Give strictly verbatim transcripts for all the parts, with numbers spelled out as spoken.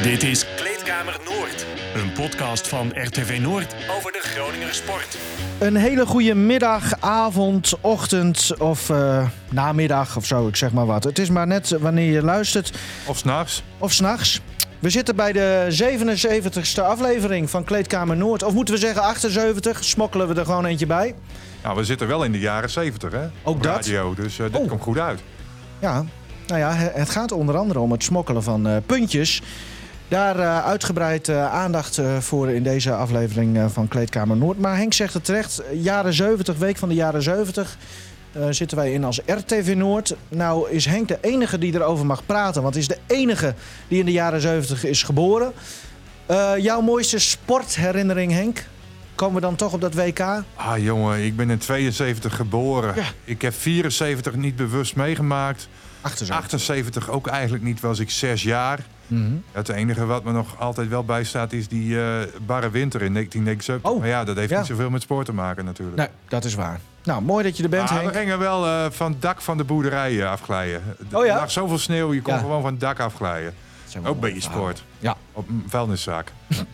Dit is Kleedkamer Noord, een podcast van R T V Noord over de Groninger sport. Een hele goede middag, avond, ochtend of uh, namiddag of zo, ik zeg maar wat. Het is maar net wanneer je luistert. Of 's nachts. Of 's nachts. We zitten bij de zevenenzeventigste aflevering van Kleedkamer Noord. Of moeten we zeggen achtenzeventig? Smokkelen we er gewoon eentje bij? Nou, we zitten wel in de jaren zeventig, hè? Ook op dat? radio, dus uh, dit oh. komt goed uit. Ja, nou ja, het gaat onder andere om het smokkelen van uh, puntjes. Daar uh, uitgebreid uh, aandacht uh, voor in deze aflevering uh, van Kleedkamer Noord. Maar Henk zegt het terecht, jaren zeventig, week van de jaren zeventig... Uh, zitten wij in als R T V Noord. Nou is Henk de enige die erover mag praten, want hij is de enige die in de jaren zeventig is geboren. Uh, jouw mooiste sportherinnering, Henk? Komen we dan toch op dat W K? Ah jongen, ik ben in tweeënzeventig geboren. Ja. Ik heb vierenzeventig niet bewust meegemaakt. achtenzeventig. achtenzeventig ook eigenlijk niet, was ik zes jaar. Mm-hmm. Het enige wat me nog altijd wel bijstaat is die uh, barre winter in negentien negenenzeventig. Oh, maar ja, dat heeft ja. niet zoveel met sport te maken natuurlijk. Nee, dat is waar. Nou, mooi dat je er bent, Ah, Henk. we gingen wel uh, van het dak van de boerderij uh, afglijden. Oh ja? Er lag zoveel sneeuw, je kon Ja. gewoon van het dak afglijden. Zijn wel Ook een beetje mooie sport. Ja. Op een vuilniszaak.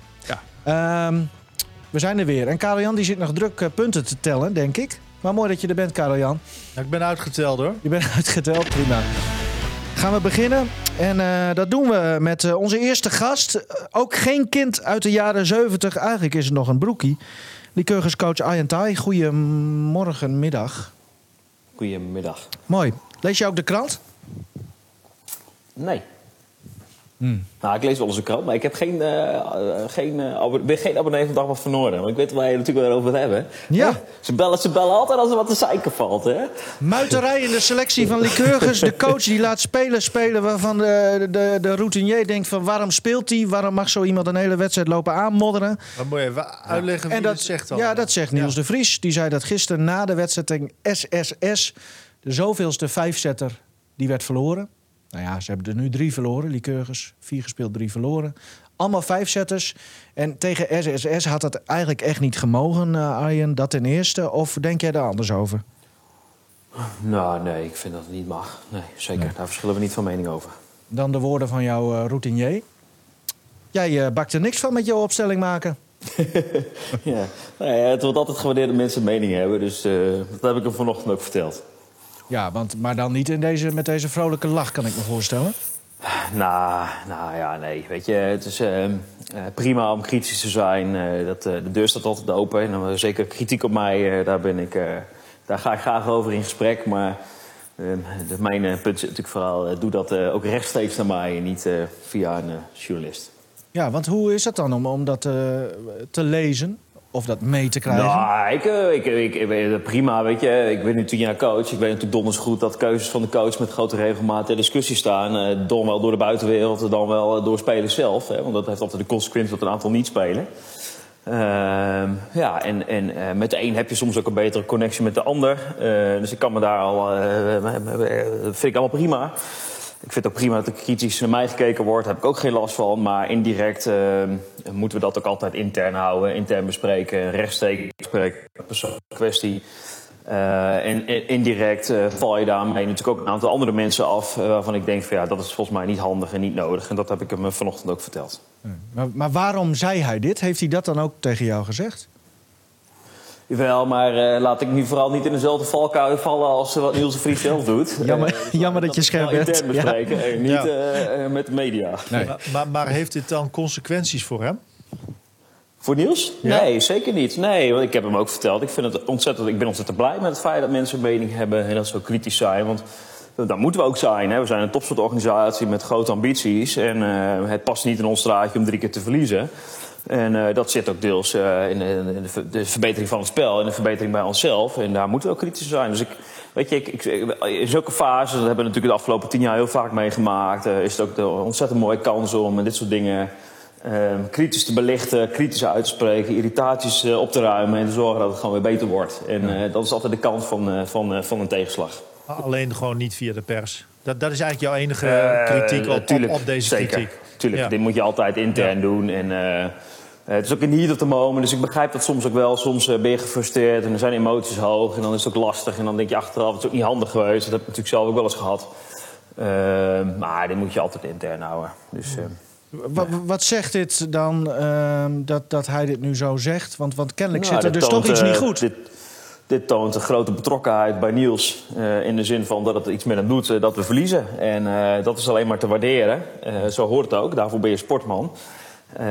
Um, we zijn er weer. En Karel-Jan die zit nog druk uh, punten te tellen, denk ik. Maar mooi dat je er bent, Karel-Jan. Ja, ik ben uitgeteld, hoor. Je bent uitgeteld, prima. Gaan we beginnen. En uh, dat doen we met uh, onze eerste gast. Uh, ook geen kind uit de jaren zeventig. Eigenlijk is het nog een broekie. Lycurgus-coach Arjen Thaai. Goedemorgen, middag. Goedemiddag. Mooi. Lees je ook de krant? Nee. Hmm. Nou, ik lees wel eens een krant, maar ik heb geen, uh, geen, uh, abon- ben geen abonnee van Dag wat van Noorden. Want ik weet waar je natuurlijk wel over het hebben. Ja. Hè? Ze bellen, ze bellen altijd als er wat te zeiken valt, hè? Muiterij in de selectie van Lycurgus. De coach die laat spelen spelen waarvan de, de, de routinier denkt van waarom speelt hij? Waarom mag zo iemand een hele wedstrijd lopen aanmodderen? Maar moet je even uitleggen wie En dat het zegt dan? Ja, dat zegt Niels Ja. de Vries. Die zei dat gisteren na de wedstrijd tegen S S S... de zoveelste vijfzetter die werd verloren. Nou ja, ze hebben er nu drie verloren. Lycurgus, vier gespeeld, drie verloren. Allemaal vijfzetters. En tegen S S S had dat eigenlijk echt niet gemogen, uh, Arjen. Dat ten eerste. Of denk jij daar anders over? Nou, nee, ik vind dat het niet mag. Nee, zeker. Nee. Daar verschillen we niet van mening over. Dan de woorden van jouw uh, routinier. Jij uh, bakt er niks van met jouw opstelling maken. Ja. Nou ja, het wordt altijd gewaardeerd dat mensen een mening hebben. Dus uh, dat heb ik hem vanochtend ook verteld. Ja, want, maar dan niet in deze, met deze vrolijke lach, kan ik me voorstellen. Nou, nou ja, nee. Weet je, het is uh, uh, prima om kritisch te zijn. Uh, dat, uh, de deur staat altijd open. En dan, uh, zeker kritiek op mij, uh, daar, ben ik, uh, daar ga ik graag over in gesprek. Maar uh, de, mijn uh, punt is natuurlijk vooral, uh, doe dat uh, ook rechtstreeks naar mij en niet uh, via een uh, journalist. Ja, want hoe is het dan om, om dat uh, te lezen? Of dat mee te krijgen? Nou, ik, uh, ik, ik, ik, ik, prima, weet je. Ik ben nu tien jaar coach. Ik weet natuurlijk donders goed dat keuzes van de coach met grote regelmaat ter discussie staan. Uh, dan wel door de buitenwereld, dan wel door spelers zelf. Hè, want dat heeft altijd de consequentie dat een aantal niet spelen. Uh, ja, en, en uh, met de een heb je soms ook een betere connectie met de ander. Uh, dus ik kan me daar al... Uh, vind ik allemaal prima. Ik vind het ook prima dat er kritisch naar mij gekeken wordt. Daar heb ik ook geen last van. Maar indirect uh, moeten we dat ook altijd intern houden. Intern bespreken, rechtstreeks bespreken. Persoonlijke kwestie. Uh, en, en indirect uh, val je daarmee natuurlijk ook een aantal andere mensen af. Uh, waarvan ik denk van ja, dat is volgens mij niet handig en niet nodig. En dat heb ik hem vanochtend ook verteld. Maar, maar waarom zei hij dit? Heeft hij dat dan ook tegen jou gezegd? Jawel, maar uh, laat ik nu vooral niet in dezelfde valkuil vallen als uh, wat Niels de Vries zelf doet. Jammer, uh, jammer dat je scherp bent. intern bespreken Ja. en niet Ja. uh, uh, met de media. Nee. Maar, maar, maar heeft dit dan consequenties voor hem? Voor Niels? Ja. Nee, zeker niet. Nee, want ik heb hem ook verteld. Ik, vind het ontzettend, ik ben ontzettend blij met het feit dat mensen een mening hebben en dat ze ook kritisch zijn. Want dat moeten we ook zijn. Hè. We zijn een topsportorganisatie met grote ambities. En uh, het past niet in ons straatje om drie keer te verliezen. En uh, dat zit ook deels uh, in, in de, de verbetering van het spel en de verbetering bij onszelf. En daar moeten we ook kritisch zijn. Dus ik, weet je, ik, ik, in zulke fases, dat hebben we natuurlijk de afgelopen tien jaar heel vaak meegemaakt. Uh, is het ook een ontzettend mooie kans om dit soort dingen uh, kritisch te belichten, kritisch uit te spreken, irritaties uh, op te ruimen en te zorgen dat het gewoon weer beter wordt. En uh, dat is altijd de kans van, uh, van, uh, van een tegenslag. Alleen gewoon niet via de pers. Dat, dat is eigenlijk jouw enige Uh, kritiek op, tuurlijk, op, op deze zeker. kritiek. Tuurlijk, Ja. dit moet je altijd intern Ja. doen. En, uh, het is ook in heat of the moment, dus ik begrijp dat soms ook wel. Soms uh, ben je gefrustreerd en er zijn emoties hoog en dan is het ook lastig. En dan denk je achteraf, het is ook niet handig geweest. Dat heb ik natuurlijk zelf ook wel eens gehad. Uh, maar dit moet je altijd intern houden. Dus, uh, W- wat zegt dit dan uh, dat, dat hij dit nu zo zegt? Want, want kennelijk Nou, zit er dus toont, toch iets niet uh, goed. Dit, dit toont een grote betrokkenheid bij Niels. Uh, in de zin van dat het iets met hem doet uh, dat we verliezen. En uh, dat is alleen maar te waarderen. Uh, zo hoort het ook. Daarvoor ben je sportman. Uh,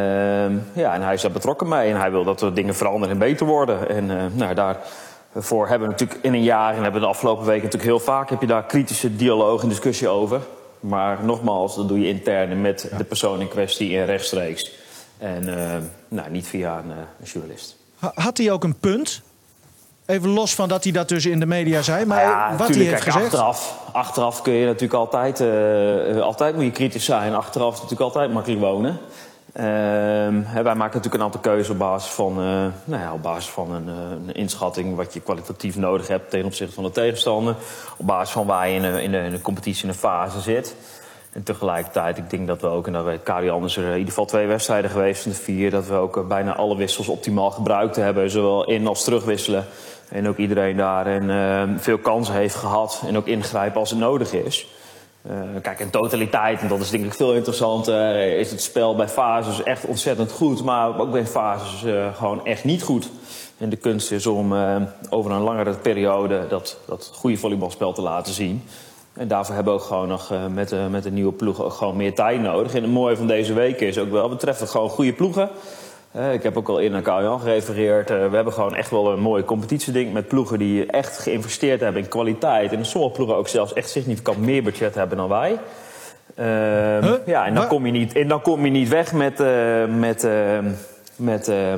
ja, en hij is daar betrokken mee. En hij wil dat er dingen veranderen en beter worden. En uh, nou, daarvoor hebben we natuurlijk in een jaar... en hebben we de afgelopen weken natuurlijk heel vaak... heb je daar kritische dialoog en discussie over. Maar nogmaals, dat doe je intern met ja. de persoon in kwestie en rechtstreeks. En uh, nou, niet via een, uh, een journalist. Had hij ook een punt? Even los van dat hij dat dus in de media zei. Maar ja, wat hij heeft kijk, gezegd... Achteraf, achteraf kun je natuurlijk altijd... Uh, altijd moet je kritisch zijn. Achteraf is natuurlijk altijd makkelijk wonen. Uh, wij maken natuurlijk een aantal keuzes op basis van, uh, nou ja, op basis van een, uh, een inschatting... wat je kwalitatief nodig hebt ten opzichte van de tegenstander. Op basis van waar je in de, in de, in de competitie in een fase zit. En tegelijkertijd, ik denk dat we ook... en dat weet Kari Anders er in ieder geval twee wedstrijden geweest van de vier... dat we ook uh, bijna alle wissels optimaal gebruikt hebben. Zowel in- als terugwisselen. En ook iedereen daar en, uh, veel kansen heeft gehad. En ook ingrijpen als het nodig is. Uh, kijk, in totaliteit, en dat is denk ik veel interessanter... Uh, is het spel bij fases echt ontzettend goed. Maar ook bij fases uh, gewoon echt niet goed. En de kunst is om uh, over een langere periode... dat, dat goede volleybalspel te laten zien. En daarvoor hebben we ook gewoon nog uh, met, uh, met de nieuwe ploegen ook gewoon meer tijd nodig. En het mooie van deze week is ook wel... betreft het gewoon goede ploegen... Uh, ik heb ook al eerder naar Karl-Jan gerefereerd. Uh, we hebben gewoon echt wel een mooie competitieding met ploegen die echt geïnvesteerd hebben in kwaliteit. En sommige ploegen ook zelfs echt significant meer budget hebben dan wij. Uh, huh? Ja, en dan, kom je niet, en dan kom je niet weg met, uh, met, uh, met, uh,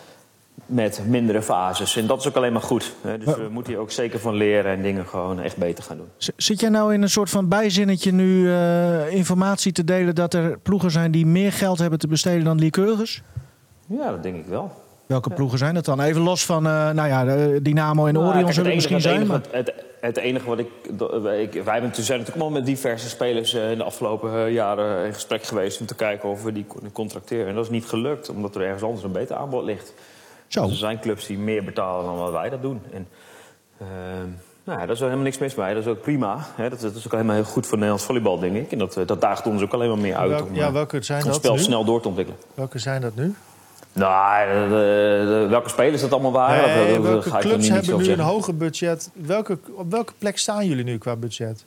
met mindere fases. En dat is ook alleen maar goed. Uh, dus we moeten hier ook zeker van leren en dingen gewoon echt beter gaan doen. Zit jij nou in een soort van bijzinnetje nu uh, informatie te delen dat er ploegen zijn die meer geld hebben te besteden dan Lycurgus? Ja, dat denk ik wel. Welke ja. ploegen zijn dat dan? Even los van uh, nou ja, de Dynamo en nou, Orion kijk, zullen het misschien enige, zijn. Het enige, het, het enige wat ik... ik wij zijn natuurlijk allemaal met diverse spelers uh, in de afgelopen uh, jaren in gesprek geweest... om te kijken of we die kunnen contracteren. En dat is niet gelukt, omdat er ergens anders een beter aanbod ligt. Zo. Dus er zijn clubs die meer betalen dan wat wij dat doen. En, uh, nou ja, daar is helemaal niks mis mee. Dat is ook prima. Hè? Dat, dat is ook helemaal heel goed voor Nederlands volleybal, denk ik. En dat, dat daagt ons ook alleen maar meer uit Welk, om ja, welke zijn het dat spel nu? snel door te ontwikkelen. Welke zijn dat nu? Nou, de, de, de, welke spelers dat allemaal waren... Nee, dat, dat, welke ga ik clubs nu hebben nu zeggen. een hoger budget? Welke, op welke plek staan jullie nu qua budget?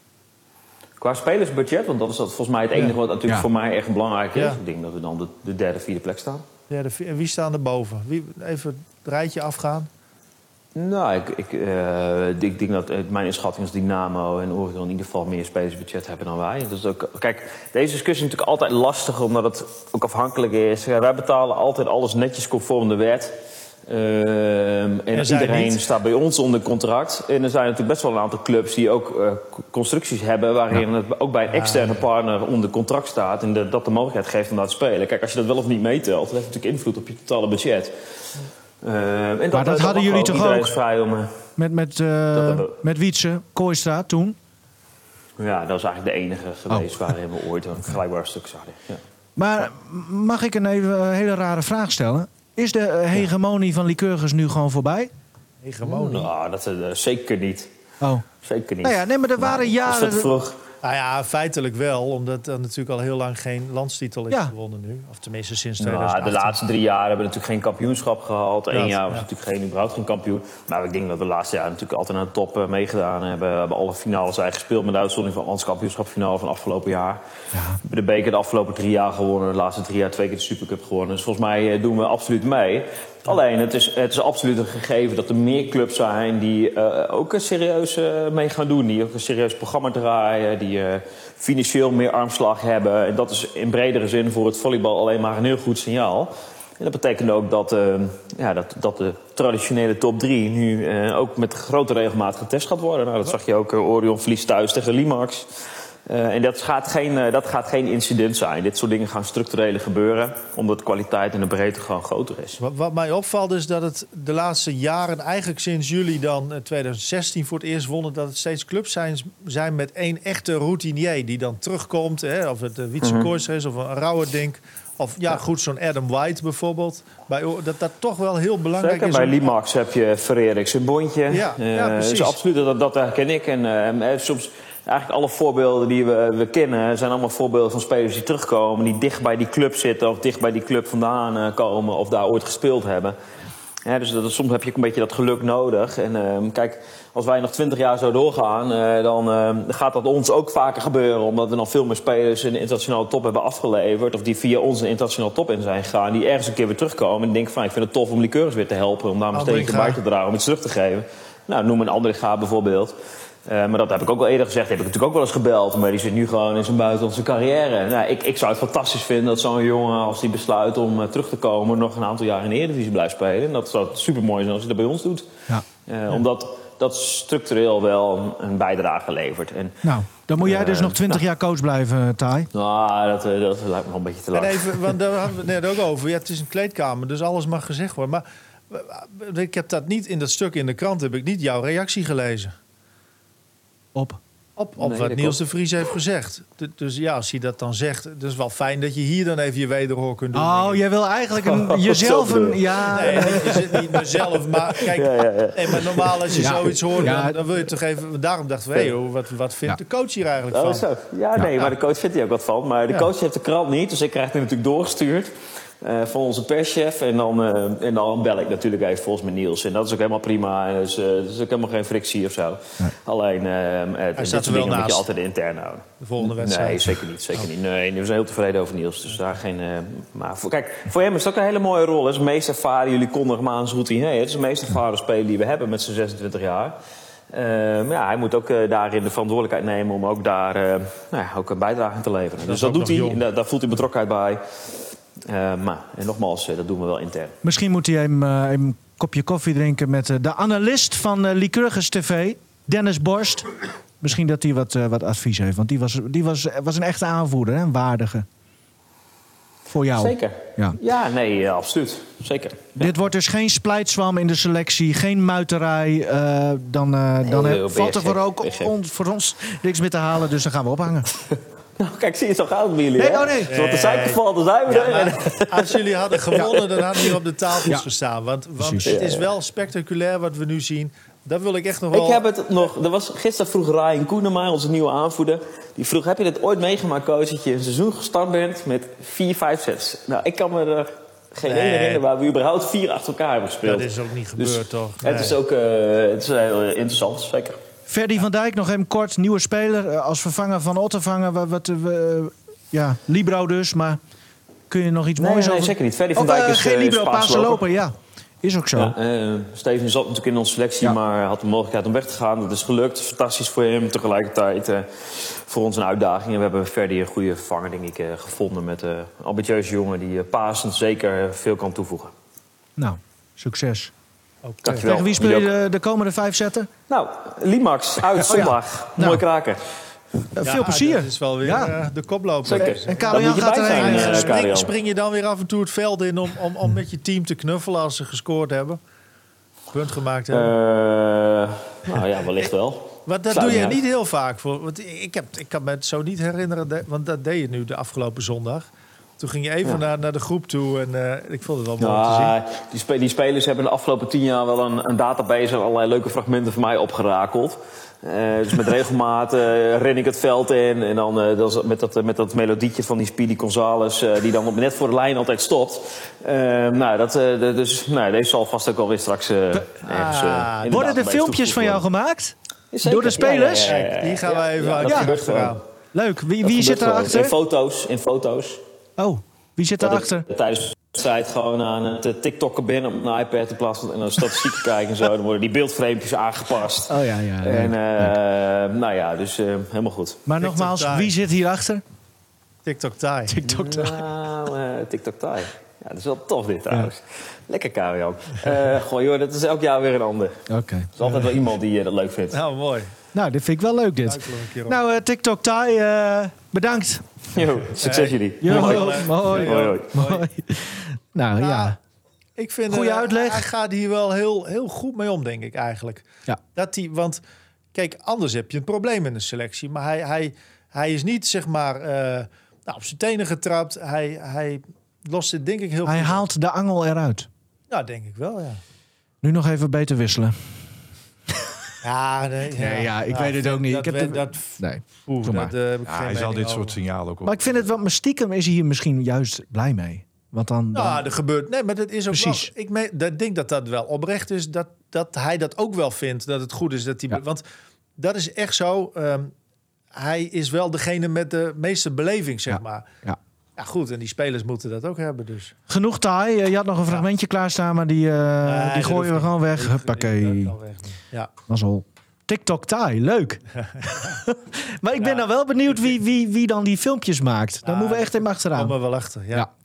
Qua spelersbudget, want dat is dat volgens mij het enige ja. wat natuurlijk ja. voor mij echt belangrijk is. Ja. Ik denk dat we dan de, de derde, vierde plek staan. Ja, de, en wie staan er boven? Wie, even het rijtje afgaan. Nou, ik, ik, uh, ik denk dat mijn inschatting is Dynamo en Orion in ieder geval meer spelersbudget hebben dan wij. Dus ook, kijk, deze discussie is natuurlijk altijd lastig omdat het ook afhankelijk is. Ja, wij betalen altijd alles netjes conform de wet. Uh, en, en iedereen niet. Staat bij ons onder contract. En er zijn natuurlijk best wel een aantal clubs die ook uh, constructies hebben... waarin ja. het ook bij een externe partner onder contract staat... en de, dat de mogelijkheid geeft om daar te spelen. Kijk, als je dat wel of niet meetelt, dat heeft natuurlijk invloed op je totale budget. Uh, en dat, maar dat, dat hadden jullie toch ook vrij om, uh, met, met, uh, met Wietse, Kooistra toen? Ja, dat was eigenlijk de enige geweest oh. waarin we ooit een vergelijkbaar stuk zouden. Ja. Maar mag ik een even een hele rare vraag stellen? Is de hegemonie van Lycurgus nu gewoon voorbij? Hegemonie? Nou, dat is uh, zeker niet. Oh. Zeker niet. Nou ja, nee, maar er waren nou, jaren... Is dat vroeg? Nou ja, feitelijk wel, omdat er natuurlijk al heel lang geen landstitel is ja. gewonnen nu. Of tenminste sinds tweeduizend achttien. Nou, de laatste drie jaar hebben we natuurlijk geen kampioenschap gehad. Eén jaar was ja. natuurlijk geen, überhaupt geen kampioen. Maar ik denk dat we de laatste jaar natuurlijk altijd naar de top uh, meegedaan hebben. We hebben alle finales eigenlijk gespeeld met de uitzondering van het landskampioenschapfinale van afgelopen jaar. Ja. We hebben de beker de afgelopen drie jaar gewonnen. De laatste drie jaar twee keer de Supercup gewonnen. Dus volgens mij uh, doen we absoluut mee. Alleen, het is, het is absoluut een gegeven dat er meer clubs zijn die uh, ook serieus uh, mee gaan doen. Die ook een serieus programma draaien, die uh, financieel meer armslag hebben. En dat is in bredere zin voor het volleybal alleen maar een heel goed signaal. En dat betekent ook dat, uh, ja, dat, dat de traditionele top drie nu uh, ook met grote regelmaat getest gaat worden. Nou, dat zag je ook, uh, Orion verliest thuis tegen Limax. Uh, en dat gaat, geen, uh, dat gaat geen incident zijn. Dit soort dingen gaan structureel gebeuren, omdat de kwaliteit en de breedte gewoon groter is. Wat, wat mij opvalt is dat het de laatste jaren, eigenlijk sinds jullie dan twintig zestien voor het eerst wonnen, dat het steeds clubs zijn, zijn met één echte routinier die dan terugkomt. Hè, of het uh, Wietse mm-hmm. Kooistra is of een Rauwerdink. Of ja, goed, zo'n Adam White bijvoorbeeld. Bij, dat dat toch wel heel belangrijk Zeker, is. Bij om... Limax heb je Vereriks een bondje. Ja, uh, ja precies. Dus absoluut, dat, dat herken ik. En uh, soms... eigenlijk alle voorbeelden die we, we kennen... zijn allemaal voorbeelden van spelers die terugkomen... die dicht bij die club zitten of dicht bij die club vandaan uh, komen... of daar ooit gespeeld hebben. Ja, dus dat, soms heb je ook een beetje dat geluk nodig. En uh, kijk, als wij nog twintig jaar zo doorgaan... Uh, dan uh, gaat dat ons ook vaker gebeuren... omdat we dan veel meer spelers in de internationale top hebben afgeleverd... of die via onze internationale top in zijn gegaan... die ergens een keer weer terugkomen en denken van... ik vind het tof om Liqueurs weer te helpen... om daar mijn steentje bij te dragen, om iets terug te geven. Nou, noem een Andringa bijvoorbeeld... Uh, maar dat heb ik ook wel eerder gezegd. Die heb ik natuurlijk ook wel eens gebeld. Maar die zit nu gewoon in zijn buitenlandse carrière. Nou, ik, ik zou het fantastisch vinden dat zo'n jongen, als die besluit om uh, terug te komen... nog een aantal jaar in de Eredivisie blijft spelen. En dat zou super mooi zijn als hij dat bij ons doet. Ja. Uh, ja. Omdat dat structureel wel een, een bijdrage levert. En, nou, dan moet jij uh, dus nog twintig nou, jaar coach blijven, Tai. Nou, dat, uh, dat lijkt me nog een beetje te lang. En even, want daar hadden we het net ook over. Ja, het is een kleedkamer, dus alles mag gezegd worden. Maar ik heb dat niet in dat stuk in de krant... heb ik niet jouw reactie gelezen. Op? Op, op nee, wat Niels de Vries heeft gezegd. De, dus ja, als hij dat dan zegt... het is wel fijn dat je hier dan even je wederhoor kunt doen. Oh, jij wil eigenlijk een, jezelf een... Ja. Nee, je zit niet mezelf, maar kijk... Ja, ja, ja. Nee, maar normaal als je ja, zoiets hoort... Ja. Dan, dan wil je toch even... Daarom dachten we, hey, joh, wat, wat vindt ja. de coach hier eigenlijk van? Oh, zo. Ja, nee, ja. maar de coach vindt hier ook wat van. Maar de ja. coach heeft de krant niet, dus ik krijg het natuurlijk doorgestuurd. Uh, van onze perschef. En dan, uh, en dan bel ik natuurlijk even volgens met Niels. En dat is ook helemaal prima. Dus, uh, dat is ook helemaal geen frictie of zo. Nee. Alleen, uh, Hij dit soort dingen moet je altijd intern houden. De volgende wedstrijd? Nee, zeker niet. Zeker oh. niet. Nee, we zijn heel tevreden over Niels. Dus daar geen... Uh, maar voor, kijk, voor hem is het ook een hele mooie rol. Het is de meest ervaren. Jullie konden hem aan zijn routine. Het is de meest ervaren speler die we hebben met zijn zesentwintig jaar. Uh, maar ja, hij moet ook uh, daarin de verantwoordelijkheid nemen om ook daar uh, nou ja, ook een bijdrage aan te leveren. Dat dus dat doet hij. Daar, daar voelt hij betrokkenheid bij. Uh, maar en nogmaals, uh, dat doen we wel intern. Misschien moet hij hem uh, een kopje koffie drinken met uh, de analist van uh, Lycurgus T V, Dennis Borst. Misschien dat hij wat, uh, wat advies heeft. Want die was, die was, was een echte aanvoerder, hè? Een waardige. Voor jou. Zeker. Ja, ja nee, uh, absoluut. Zeker. Ja. Dit wordt dus geen splijtswam in de selectie, geen muiterij. Uh, dan uh, dan nee, valt er voor, ook on, voor ons niks meer te halen, dus dan gaan we ophangen. Nou, kijk, zie je zo gauw met jullie, nee, hè? Oh nee. Zoals de suiker valt, dan zijn we ja, er. Als jullie hadden gewonnen, ja. dan hadden we hier op de tafels ja. gestaan. Want, want het is wel spectaculair wat we nu zien. Dat wil ik echt nog wel... Ik heb het nog... Er was, gisteren vroeg Ryan Koenema, onze nieuwe aanvoerder. Die vroeg, heb je dit ooit meegemaakt, coach, dat je een seizoen gestart bent met vier, vijf sets? Nou, ik kan me er geen nee. herinneren waar we überhaupt vier achter elkaar hebben gespeeld. Dat is ook niet gebeurd, dus toch? Nee. Het is ook uh, het is heel interessant, zeker. Ferdy van Dijk, nog even kort. Nieuwe speler als vervanger van Ottervanger. Wat, wat, uh, ja, Libro dus, maar kun je nog iets nee, moois nee, over... Nee, zeker niet. Ferdy van Dijk uh, is geen Libro, Paasloper. lopen, ja. Is ook zo. Ja, uh, Steven zat natuurlijk in onze selectie, ja. maar had de mogelijkheid om weg te gaan. Dat is gelukt. Fantastisch voor hem. Tegelijkertijd uh, voor ons een uitdaging. En we hebben Ferdy een goede vervanger, denk ik, uh, gevonden. Met uh, een ambitieuze jongen die uh, pasend zeker veel kan toevoegen. Nou, succes. Okay. Tegen wie speel je de, de komende vijf zetten? Nou, Limax, uit zondag. Oh, ja. Mooi nou. kraken. Uh, ja, veel plezier. Dat is wel weer ja. uh, de koploper. Zeker. En Karel-Jan gaat erheen. Uh, spring, spring je dan weer af en toe het veld in om, om, om met je team te knuffelen als ze gescoord hebben? Punt gemaakt hebben? Uh, nou ja, wellicht wel. Maar dat doe je niet heel vaak. Voor, want ik, heb, ik kan me het zo niet herinneren, want dat deed je nu de afgelopen zondag. Toen ging je even ja. naar, naar de groep toe en uh, ik vond het wel mooi ja, te zien. Die, spe- die spelers hebben de afgelopen tien jaar wel een, een database en allerlei leuke fragmenten van mij opgerakeld. Uh, dus met regelmaat uh, ren ik het veld in. En dan uh, dat met, dat, met dat melodietje van die Speedy Gonzales... Uh, die dan op, net voor de lijn altijd stopt. Uh, nou, dat, uh, dus, nou, deze zal vast ook alweer straks... Uh, ergens, uh, in Worden er filmpjes van jou gemaakt? Zeker. Door de spelers? Ja, ja, ja, ja. Die gaan wij even ja, uit de ja. Leuk. Wie, wie zit daarachter? In foto's, in foto's. Oh, wie zit daarachter? Tijdens de wedstrijd gewoon aan het tiktokken binnen op een iPad in plaats van naar statistieken kijken en zo. Dan worden die beeldframepjes aangepast. Oh ja, ja. En uh, nou ja, dus uh, helemaal goed. Maar TikTok nogmaals, tie. Wie zit hierachter? TikTok Thai. TikTok Thai. Nou, uh, TikTok Thai. Ja, dat is wel tof dit trouwens. Ja. Lekker, Karel-Jan. Uh, goh, joh, dat is elk jaar weer een ander. Oké. Okay. Er is altijd wel iemand die uh, dat leuk vindt. Nou, mooi. Nou, dit vind ik wel leuk, dit. Nou, uh, TikTok Thai, uh, bedankt. Jo, succes jullie. Jo, mooi. Mooi. Mooi. Mooi. Mooi. Nou, nou, ja. Ik vind goeie uh, uitleg. Hij gaat hier wel heel, heel goed mee om, denk ik eigenlijk. Ja. Dat hij, want kijk, anders heb je een probleem in de selectie. Maar hij, hij, hij is niet, zeg maar, uh, nou, op zijn tenen getrapt. Hij, hij lost dit, denk ik, heel Hij goed. haalt de angel eruit. Nou, denk ik wel, ja. Nu nog even beter wisselen. Ja, nee, ja. Nee, ja, ik Ja, weet het ook niet. Dat, Ik heb dat, de- dat, Nee. oeh, Doe dat, maar. eh, heb ik Ja, geen hij zal mening dit soort over. signalen ook op. Maar ik vind het wel, maar stiekem is hij hier misschien juist blij mee. Want dan... dan- Nou, er gebeurt... Nee, maar dat is ook Precies. wel... Ik meen, dat denk dat dat wel oprecht is. Dat, dat hij dat ook wel vindt. Dat het goed is dat hij... Ja. Want dat is echt zo. ehm, hij is wel degene met de meeste beleving, zeg Ja. maar. Ja. Ja, goed. En die spelers moeten dat ook hebben, dus. Genoeg taai. Eh, Je had nog een fragmentje klaarstaan, maar die, eh, Nee, die dat gooien hoeft we niet. gewoon weg. Die- die- Huppakee. die kan weg nu. Ja. Mazzel. TikTok taai, leuk. Maar ik ben Ja. dan wel benieuwd wie, wie, wie dan die filmpjes maakt. Daar Ja, moeten we echt even Kom achteraan. er wel achter, ja. Ja.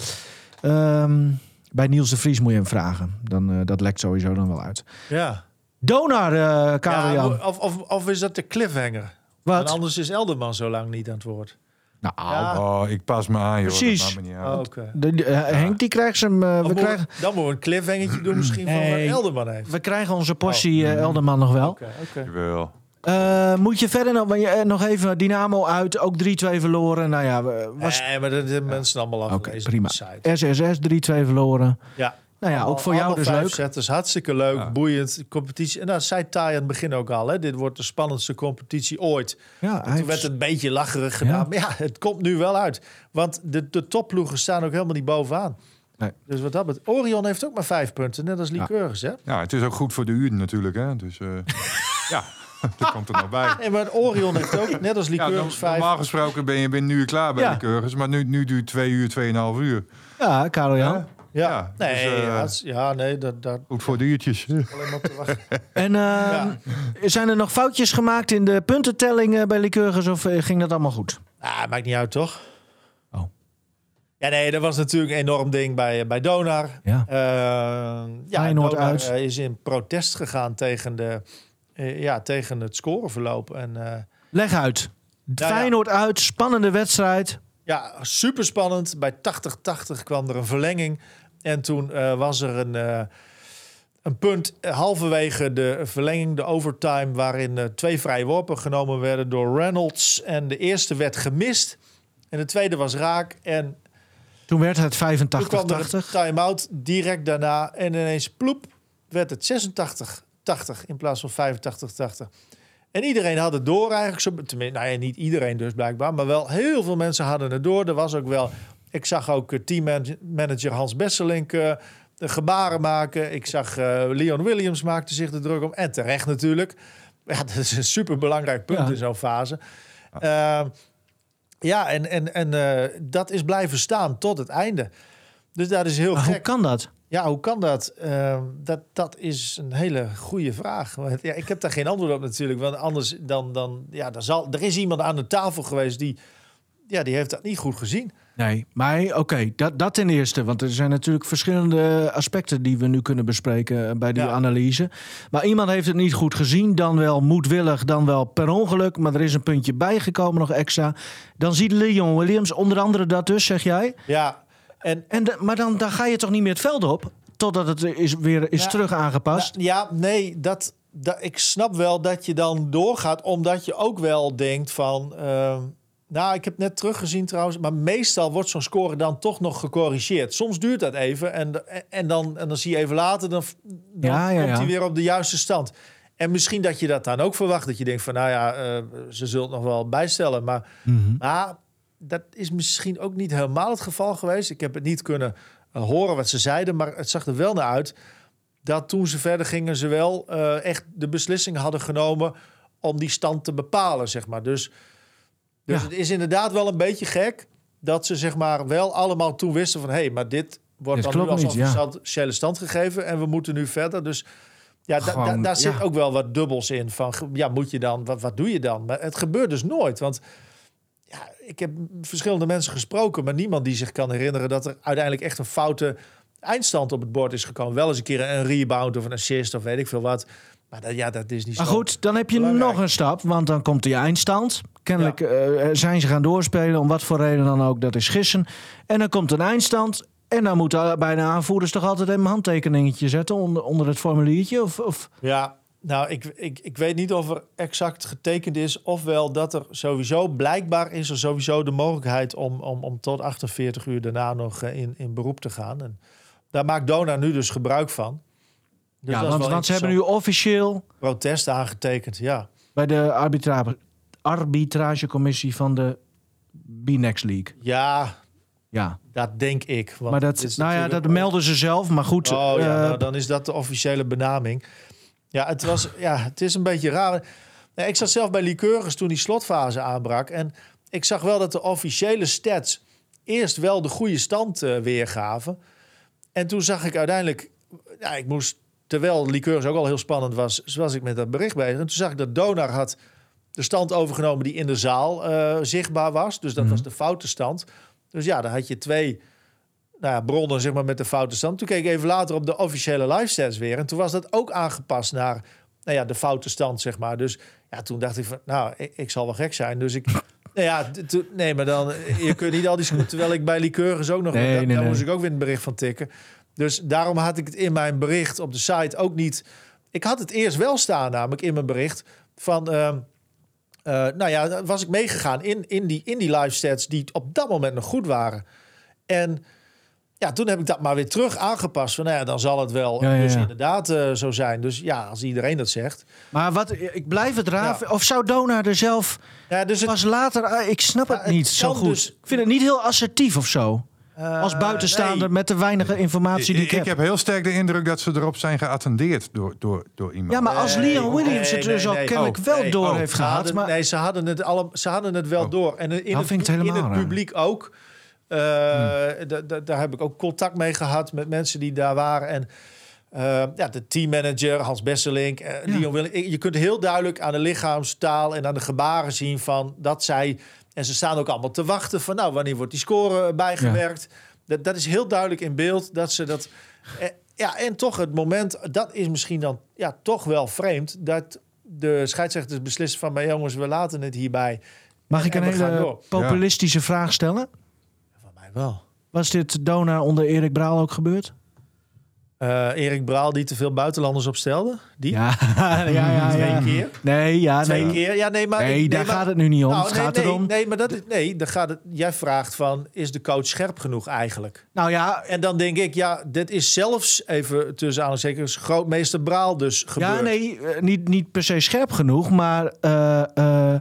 Ehm, bij Niels de Vries moet je hem vragen. Dan, eh, dat lekt sowieso dan wel uit. Ja. Donar, eh Karel Ja, Jan. of, of, of is dat de cliffhanger? Wat? Want anders is Elderman zo lang niet aan het woord. Nou, Ja. Oh, ik pas me aan, joh. Precies. Dat maakt me niet uit. Oh, oké. de, de- eh, Henk die krijgt zijn... eh, Of we, moeten krijgen, we- Dan moeten we een cliffhangertje doen misschien van Nee. wat Elderman heeft. we krijgen onze portie eh, Elderman nog wel. Oké, oké. Jawel. Eh, moet je verder nog, eh, nog even Dynamo uit. Ook drie twee verloren. Nou ja, we- was... Nee, maar dat hebben mensen allemaal Oké, afgelezen. prima. op de site. S S S drie twee verloren. Ja. Nou ja, ook voor jou dus leuk. Zetters, hartstikke leuk, Ja. boeiend. Competitie. En dat zei Tai aan het begin ook al. Hè. Dit wordt de spannendste competitie ooit. Ja, hij Toen heeft- werd het een beetje lacherig gedaan. Ja. Maar ja, het komt nu wel uit. Want de, de topploegen staan ook helemaal niet bovenaan. Nee. Dus wat dat betreft. Orion heeft ook maar vijf punten. Net als Lycurgus, hè? Ja, het is ook goed voor de uren natuurlijk, hè. Dus eh, ja, dat komt er nog bij. Nee, maar Orion heeft ook, net als Ja, Lycurgus, norm- vijf. normaal gesproken ben je binnen een uur klaar bij Ja. de Cursus. Maar nu, nu duurt twee uur, tweeënhalf uur. Ja, Karel Jan. Ja. Ja, Ja, nee, dus, eh, ja, ja, nee, dat, dat Goed voor de uurtjes. alleen maar te wachten. En eh, zijn er nog foutjes gemaakt in de puntentelling eh, bij Lycurgus of eh, ging dat allemaal goed? Ah, maakt niet uit, toch? Oh. Ja, nee, dat was natuurlijk een enorm ding bij, bij Donar. Ja. Eh, ja, Feyenoord Donar uit. eh, is in protest gegaan tegen, de, eh, ja, tegen het scoreverloop. En eh, Leg uit. ja. Feyenoord uit, spannende wedstrijd. ja, super spannend. Bij tachtig tachtig kwam er een verlenging. En toen eh, was er een, eh, een punt eh, halverwege de verlenging, de overtime, waarin eh, twee vrije worpen genomen werden door Reynolds. En de eerste werd gemist. En de tweede was raak. En Toen werd het toen vijfentachtig kwam er een tachtig. time-out direct daarna. En ineens ploep werd het zesentachtig tachtig in plaats van vijfentachtig tachtig. En iedereen had het door eigenlijk. Zo, tenminste, nou ja, niet iedereen dus blijkbaar. Maar wel heel veel mensen hadden het door. Er was ook wel... Ik zag ook uh, teammanager Hans Besselink uh, de gebaren maken. Ik zag uh, Leon Williams maakte zich er druk om. En terecht natuurlijk. Ja, dat is een superbelangrijk punt Ja. in zo'n fase. Ja, uh, ja en, en, en uh, dat is blijven staan tot het einde. Dus dat is heel Maar gek. hoe kan dat? Ja, hoe kan dat? Uh, dat? Dat is een hele goede vraag. Want, ja, ik heb daar geen antwoord op natuurlijk. Want anders dan... dan ja, er, zal, er is iemand aan de tafel geweest die... Ja, die heeft dat niet goed gezien. Nee, maar oké, okay, dat, dat ten eerste. Want er zijn natuurlijk verschillende aspecten die we nu kunnen bespreken bij die Ja. analyse. Maar iemand heeft het niet goed gezien, dan wel moedwillig, dan wel per ongeluk. Maar er is een puntje bijgekomen, nog extra. Dan ziet Leon Williams onder andere dat dus, zeg jij. Ja, en... En de, maar dan, dan ga je toch niet meer het veld op, totdat het is, weer is Ja, terug aangepast? Nou, ja, nee, dat, dat, ik snap wel dat je dan doorgaat, omdat je ook wel denkt van... Uh, nou, ik heb net teruggezien trouwens, maar meestal wordt zo'n score dan toch nog gecorrigeerd. Soms duurt dat even en, en, dan, en dan zie je even later, dan, dan Ja, ja, komt ja. hij weer op de juiste stand. En misschien dat je dat dan ook verwacht, dat je denkt van, nou ja, uh, ze zullen het nog wel bijstellen. Maar Mhm. nou, dat is misschien ook niet helemaal het geval geweest. Ik heb het niet kunnen uh, horen wat ze zeiden, maar het zag er wel naar uit dat toen ze verder gingen, ze wel uh, echt de beslissing hadden genomen om die stand te bepalen, zeg maar. Dus, dus Ja. het is inderdaad wel een beetje gek dat ze zeg maar wel allemaal toen wisten van, hé, hey, maar dit wordt Dit dan nu klopt als niet, ja. officiële stand gegeven en we moeten nu verder. Dus ja, da, da, Gewoon, daar zit ja. ook wel wat dubbels in van, ja, moet je dan, wat, wat doe je dan? Maar het gebeurt dus nooit, want ja, ik heb verschillende mensen gesproken, maar niemand die zich kan herinneren dat er uiteindelijk echt een foute eindstand op het bord is gekomen. Wel eens een keer een rebound of een assist of weet ik veel wat. Maar dat, ja, dat is niet Maar zo. goed, dan heb je belangrijk. nog een stap, want dan komt die eindstand. Kennelijk eh, zijn ze gaan doorspelen, om wat voor reden dan ook, dat is gissen. En dan komt een eindstand en dan moeten bij de aanvoerders toch altijd even een handtekeningetje zetten onder, onder het formuliertje? Of, of... Ja, nou, ik, ik, ik weet niet of er exact getekend is, ofwel dat er sowieso, blijkbaar is er sowieso de mogelijkheid om, om, om tot achtenveertig uur daarna nog in, in beroep te gaan. En daar maakt Donar nu dus gebruik van. Dus ja, dat is want, wel want ze hebben nu officieel protest aangetekend, ja. bij de arbitra- arbitragecommissie van de B-Next League. Ja, Ja, dat denk ik. Want maar het dat, is nou ja, dat natuurlijk- melden ze zelf. Maar goed, Oh ja, eh, nou, dan is dat de officiële benaming. Ja, het, was, ja, het is een beetje raar. Nee, ik zat zelf bij Lycurgus toen die slotfase aanbrak. En ik zag wel dat de officiële stats eerst wel de goede stand uh, weergaven. En toen zag ik uiteindelijk... Ja, ik moest, terwijl Lycurgus ook al heel spannend was, was ik met dat bericht bezig. En toen zag ik dat Donar had de stand overgenomen die in de zaal uh, zichtbaar was. Dus dat mm. was de foute stand. Dus ja, dan had je twee... Nou ja, bronnen zeg maar met de foute stand. Toen keek ik even later op de officiële live stats weer. En toen was dat ook aangepast naar nou ja, de foute stand, zeg maar. Dus ja, toen dacht ik van, nou, ik, ik zal wel gek zijn. Dus ik, nou ja, to, nee, maar dan, je kunt niet al die schoenen... Terwijl ik bij Lycurgus ook nog... Nee, daar nee, daar nee. moest ik ook weer een bericht van tikken. Dus daarom had ik het in mijn bericht op de site ook niet... Ik had het eerst wel staan, namelijk in mijn bericht van... Uh, uh, nou ja, was ik meegegaan in, in, die, in die live stats die op dat moment nog goed waren. En... Ja, toen heb ik dat maar weer terug aangepast. Van, nou ja, dan zal het wel Ja, ja, dus ja. inderdaad uh, zo zijn. Dus ja, als iedereen dat zegt. maar wat, ik blijf het raar. Ja. Of zou Donar er zelf Ja, dus het, pas later... ah, Ik snap Ja, het het niet zo kan goed. dus- Ik vind het niet heel assertief of zo. uh, Als buitenstaander nee. met de weinige informatie die ik, ik, heb. ik heb heel sterk de indruk dat ze erop zijn geattendeerd door, door, door iemand. Ja, maar als Nee, Leon Williams nee, het dus nee, al nee. kennelijk Oh, wel nee. door Oh. heeft Ze gehad. hadden, Maar nee, ze hadden het, alle, ze hadden het wel Oh. door. En in Dan het, vind ik het in helemaal het raar. publiek ook. Uh, Hmm. da- da- daar heb ik ook contact mee gehad met mensen die daar waren. En uh, ja, de teammanager, Hans Besselink, uh, Leon Williams. Je kunt heel duidelijk aan de lichaamstaal en aan de gebaren zien van dat zij... En ze staan ook allemaal te wachten van... nou, wanneer wordt die score bijgewerkt? Dat, dat is heel duidelijk in beeld dat ze dat... Eh, ja, en toch het moment... Dat is misschien dan ja, toch wel vreemd... dat de scheidsrechters beslissen van... maar jongens, we laten het hierbij. mag ik en een we gaan hele door. populistische vraag stellen? Van mij wel. Was dit Donar onder Erik Braal ook gebeurd? Uh, Erik Braal die te veel buitenlanders opstelde. Die? Ja, ja, ja. Twee ja. keer. Nee, ja, Twee nee. keer. Ja, nee, maar, Nee, nee, daar maar- gaat het nu niet om. Nou, het nee, gaat nee, erom... nee, maar dat is, nee, dan gaat het, jij vraagt van... is de coach scherp genoeg eigenlijk? Nou ja, En dan denk ik, ja, dit is zelfs... even tussen aanhalingstekens grootmeester Braal dus gebeurd. ja nee, eh, niet, niet per se scherp genoeg, maar uh, uh,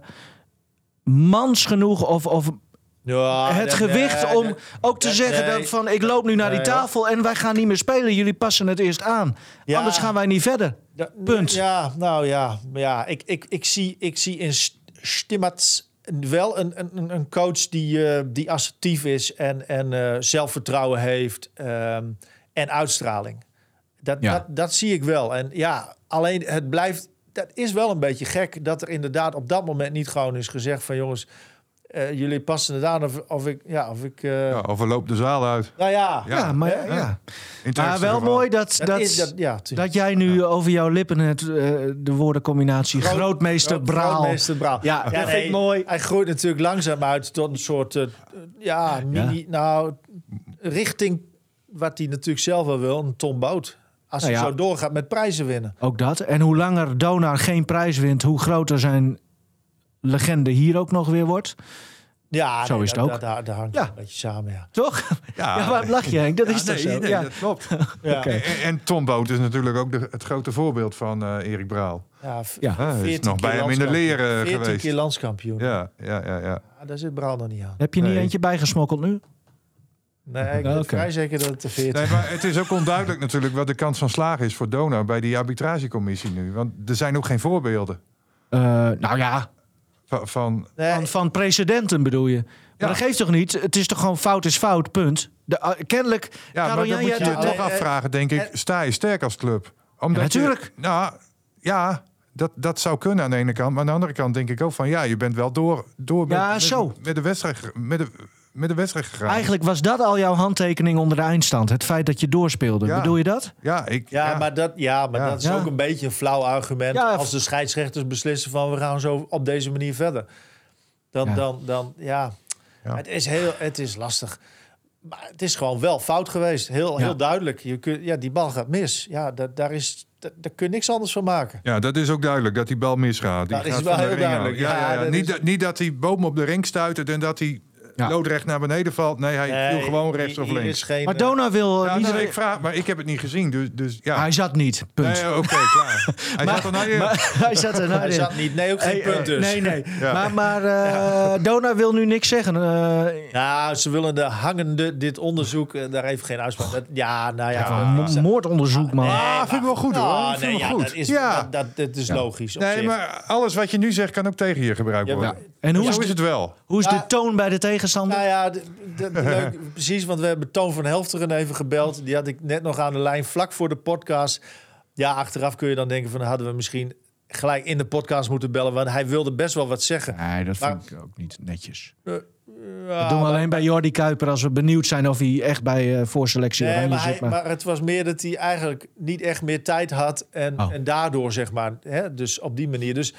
mans genoeg of... of Ja, het nee, gewicht nee, om nee. ook te Nee, zeggen nee. dat van ik loop nu naar die Nee, tafel en wij gaan niet meer spelen. Jullie passen het eerst aan. Ja. Anders gaan wij niet verder. Da- Punt. Ja, nou ja. ja ik, ik, ik, zie, ik zie in St- Stimats wel een, een, een coach die, uh, die assertief is... en, en uh, zelfvertrouwen heeft um, en uitstraling. Dat, Ja. dat, dat zie ik wel. En ja, alleen het blijft... Dat is wel een beetje gek dat er inderdaad op dat moment niet gewoon is gezegd van... jongens, uh, jullie passen het aan of, of ik... Ja, of ik uh, Ja, of we lopen de zaal uit. nou ja, Ja, Ja, maar, hè? ja. In het maar ergste wel geval. mooi dat, dat, dat, is dat, ja, tuurlijk. dat jij nu over jouw lippen het, uh, de woordencombinatie Groot- grootmeester Groot- Braal. Grootmeester Braal. Ja, dat vind ik mooi. Hij groeit natuurlijk langzaam uit tot een soort... Uh, ja, mini... Nou, richting wat hij natuurlijk zelf wel wil. Een Tom Boot. Als Nou hij ja. zo doorgaat met prijzen winnen. Ook dat. En hoe langer Donar geen prijs wint, hoe groter zijn legende hier ook nog weer wordt. Ja, Zo nee, is het dat, ook. Dat, dat, dat hangt Ja. een beetje samen, ja. Toch? Ja, ja waarom lach je, Henk? Dat Ja, is toch nee, zo? nee, ja. dat klopt. ja. Oké. En, en Tom Boot is natuurlijk ook de, het grote voorbeeld van uh, Erik Braal. Ja, v- Ja. Hij is veertien nog keer bij hem in de landskampioen. leren veertien geweest. keer landskampioen. Ja. Ja, ja, ja, ja. Daar zit Braal nog niet aan. Heb je niet Nee. eentje bijgesmokkeld nu? Nee, ik Ja, ben oké. vrij zeker dat het de veertien Nee, maar het is ook onduidelijk natuurlijk wat de kans van slagen is voor Donar bij die arbitragecommissie nu. Want er zijn ook geen voorbeelden Uh, nou ja, van... van Nee, van, van precedenten bedoel je. Maar Ja. dat geeft toch niet? Het is toch gewoon fout is fout, punt. De, uh, kennelijk... ja, Karel maar dan Jan, moet je jij- je ja, toch nee, afvragen, denk ik, eh, sta je sterk als club? Omdat Ja, natuurlijk. Je, nou, ja, dat, dat zou kunnen aan de ene kant. Maar aan de andere kant denk ik ook van... ja, je bent wel door, door met, Ja, met, zo. met de wedstrijd, ge- met de, met de wedstrijd gegaan. Eigenlijk was dat al jouw handtekening onder de eindstand. Het feit dat je doorspeelde. Ja. Bedoel je dat? Ja, ik, Ja, maar dat, ja, maar Ja. dat is Ja. ook een beetje een flauw argument. Ja, als de scheidsrechters beslissen van we gaan zo op deze manier verder. Dan, Ja. dan, dan ja. Ja. Het is heel, het is lastig. Maar het is gewoon wel fout geweest. Heel, Ja. heel duidelijk. Je kunt, ja, die bal gaat mis. Ja, dat, daar, is, dat, daar kun je niks anders van maken. Ja, dat is ook duidelijk, dat die bal misgaat. Die Dat is gaat wel van de heel ring duidelijk. af. Ja, Ja, ja, ja. dat Niet, is- dat, niet dat hij boom op de ring stuitert en dat hij ja. loodrecht naar beneden valt. Nee, hij nee, viel gewoon rechts of links. Geen, maar Dona wil... Ja, niet nou, ik vraag, maar ik heb het niet gezien. Dus, dus, ja. Hij zat niet, punt. Nee, Oké, okay, klaar. Hij maar, zat er nou in. Maar, hij zat er nou Hij in. zat niet. Nee, ook geen hey, punt dus. Nee, nee. Ja. Maar, maar uh, ja. Dona wil nu niks zeggen. Uh, ja, ze willen de hangende, dit onderzoek, uh, daar heeft geen uitspraak. Dat, ja, nou ja. ja uh, moordonderzoek, man. Ah, nee, vind ik wel goed, hoor. Oh, vind nee, ja, goed. dat is, ja. dat, dat, dat is ja. logisch. Nee, zich. maar alles wat je nu zegt kan ook tegen je gebruikt worden. Ja, en hoe ja, is, is het wel? Hoe is ja, de toon bij de tegenstander? Nou ja, de, de, de, leuk, precies, want we hebben Toon van Helfteren even gebeld. Die had ik net nog aan de lijn, vlak voor de podcast. Ja, achteraf kun je dan denken van, hadden we misschien gelijk in de podcast moeten bellen, want hij wilde best wel wat zeggen. Nee, dat maar, vind ik ook niet netjes. Uh, ja, dat doen we alleen maar, bij Jordi Kuiper als we benieuwd zijn of hij echt bij uh, voorselectie nee, maar, zit. hij, maar... maar het was meer dat hij eigenlijk niet echt meer tijd had en, oh. en daardoor zeg maar, hè, dus op die manier. Dus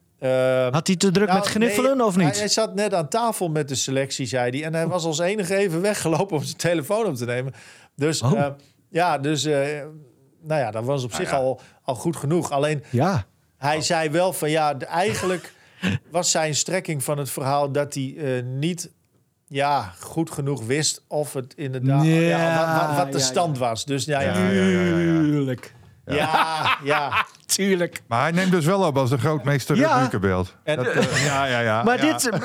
Uh, had hij te druk nou, met gniffelen nee, of niet? Hij, hij zat net aan tafel met de selectie, zei hij. En hij was als enige even weggelopen om zijn telefoon op te nemen. Dus oh. uh, ja, dus uh, nou ja, dat was op nou zich ja. al, al goed genoeg. Alleen ja. hij oh. zei wel van ja, de, eigenlijk was zijn strekking van het verhaal dat hij uh, niet ja, goed genoeg wist of het inderdaad ja, ja, wat, wat, wat de ja, stand ja. was. Dus ja, ja, ja, ja, ja, ja. Tuurlijk. Ja, ja. Tuurlijk. Maar hij neemt dus wel op als de grootmeester ja. Rukenbeeld. Uh, ja, ja, ja. Maar ja. dit...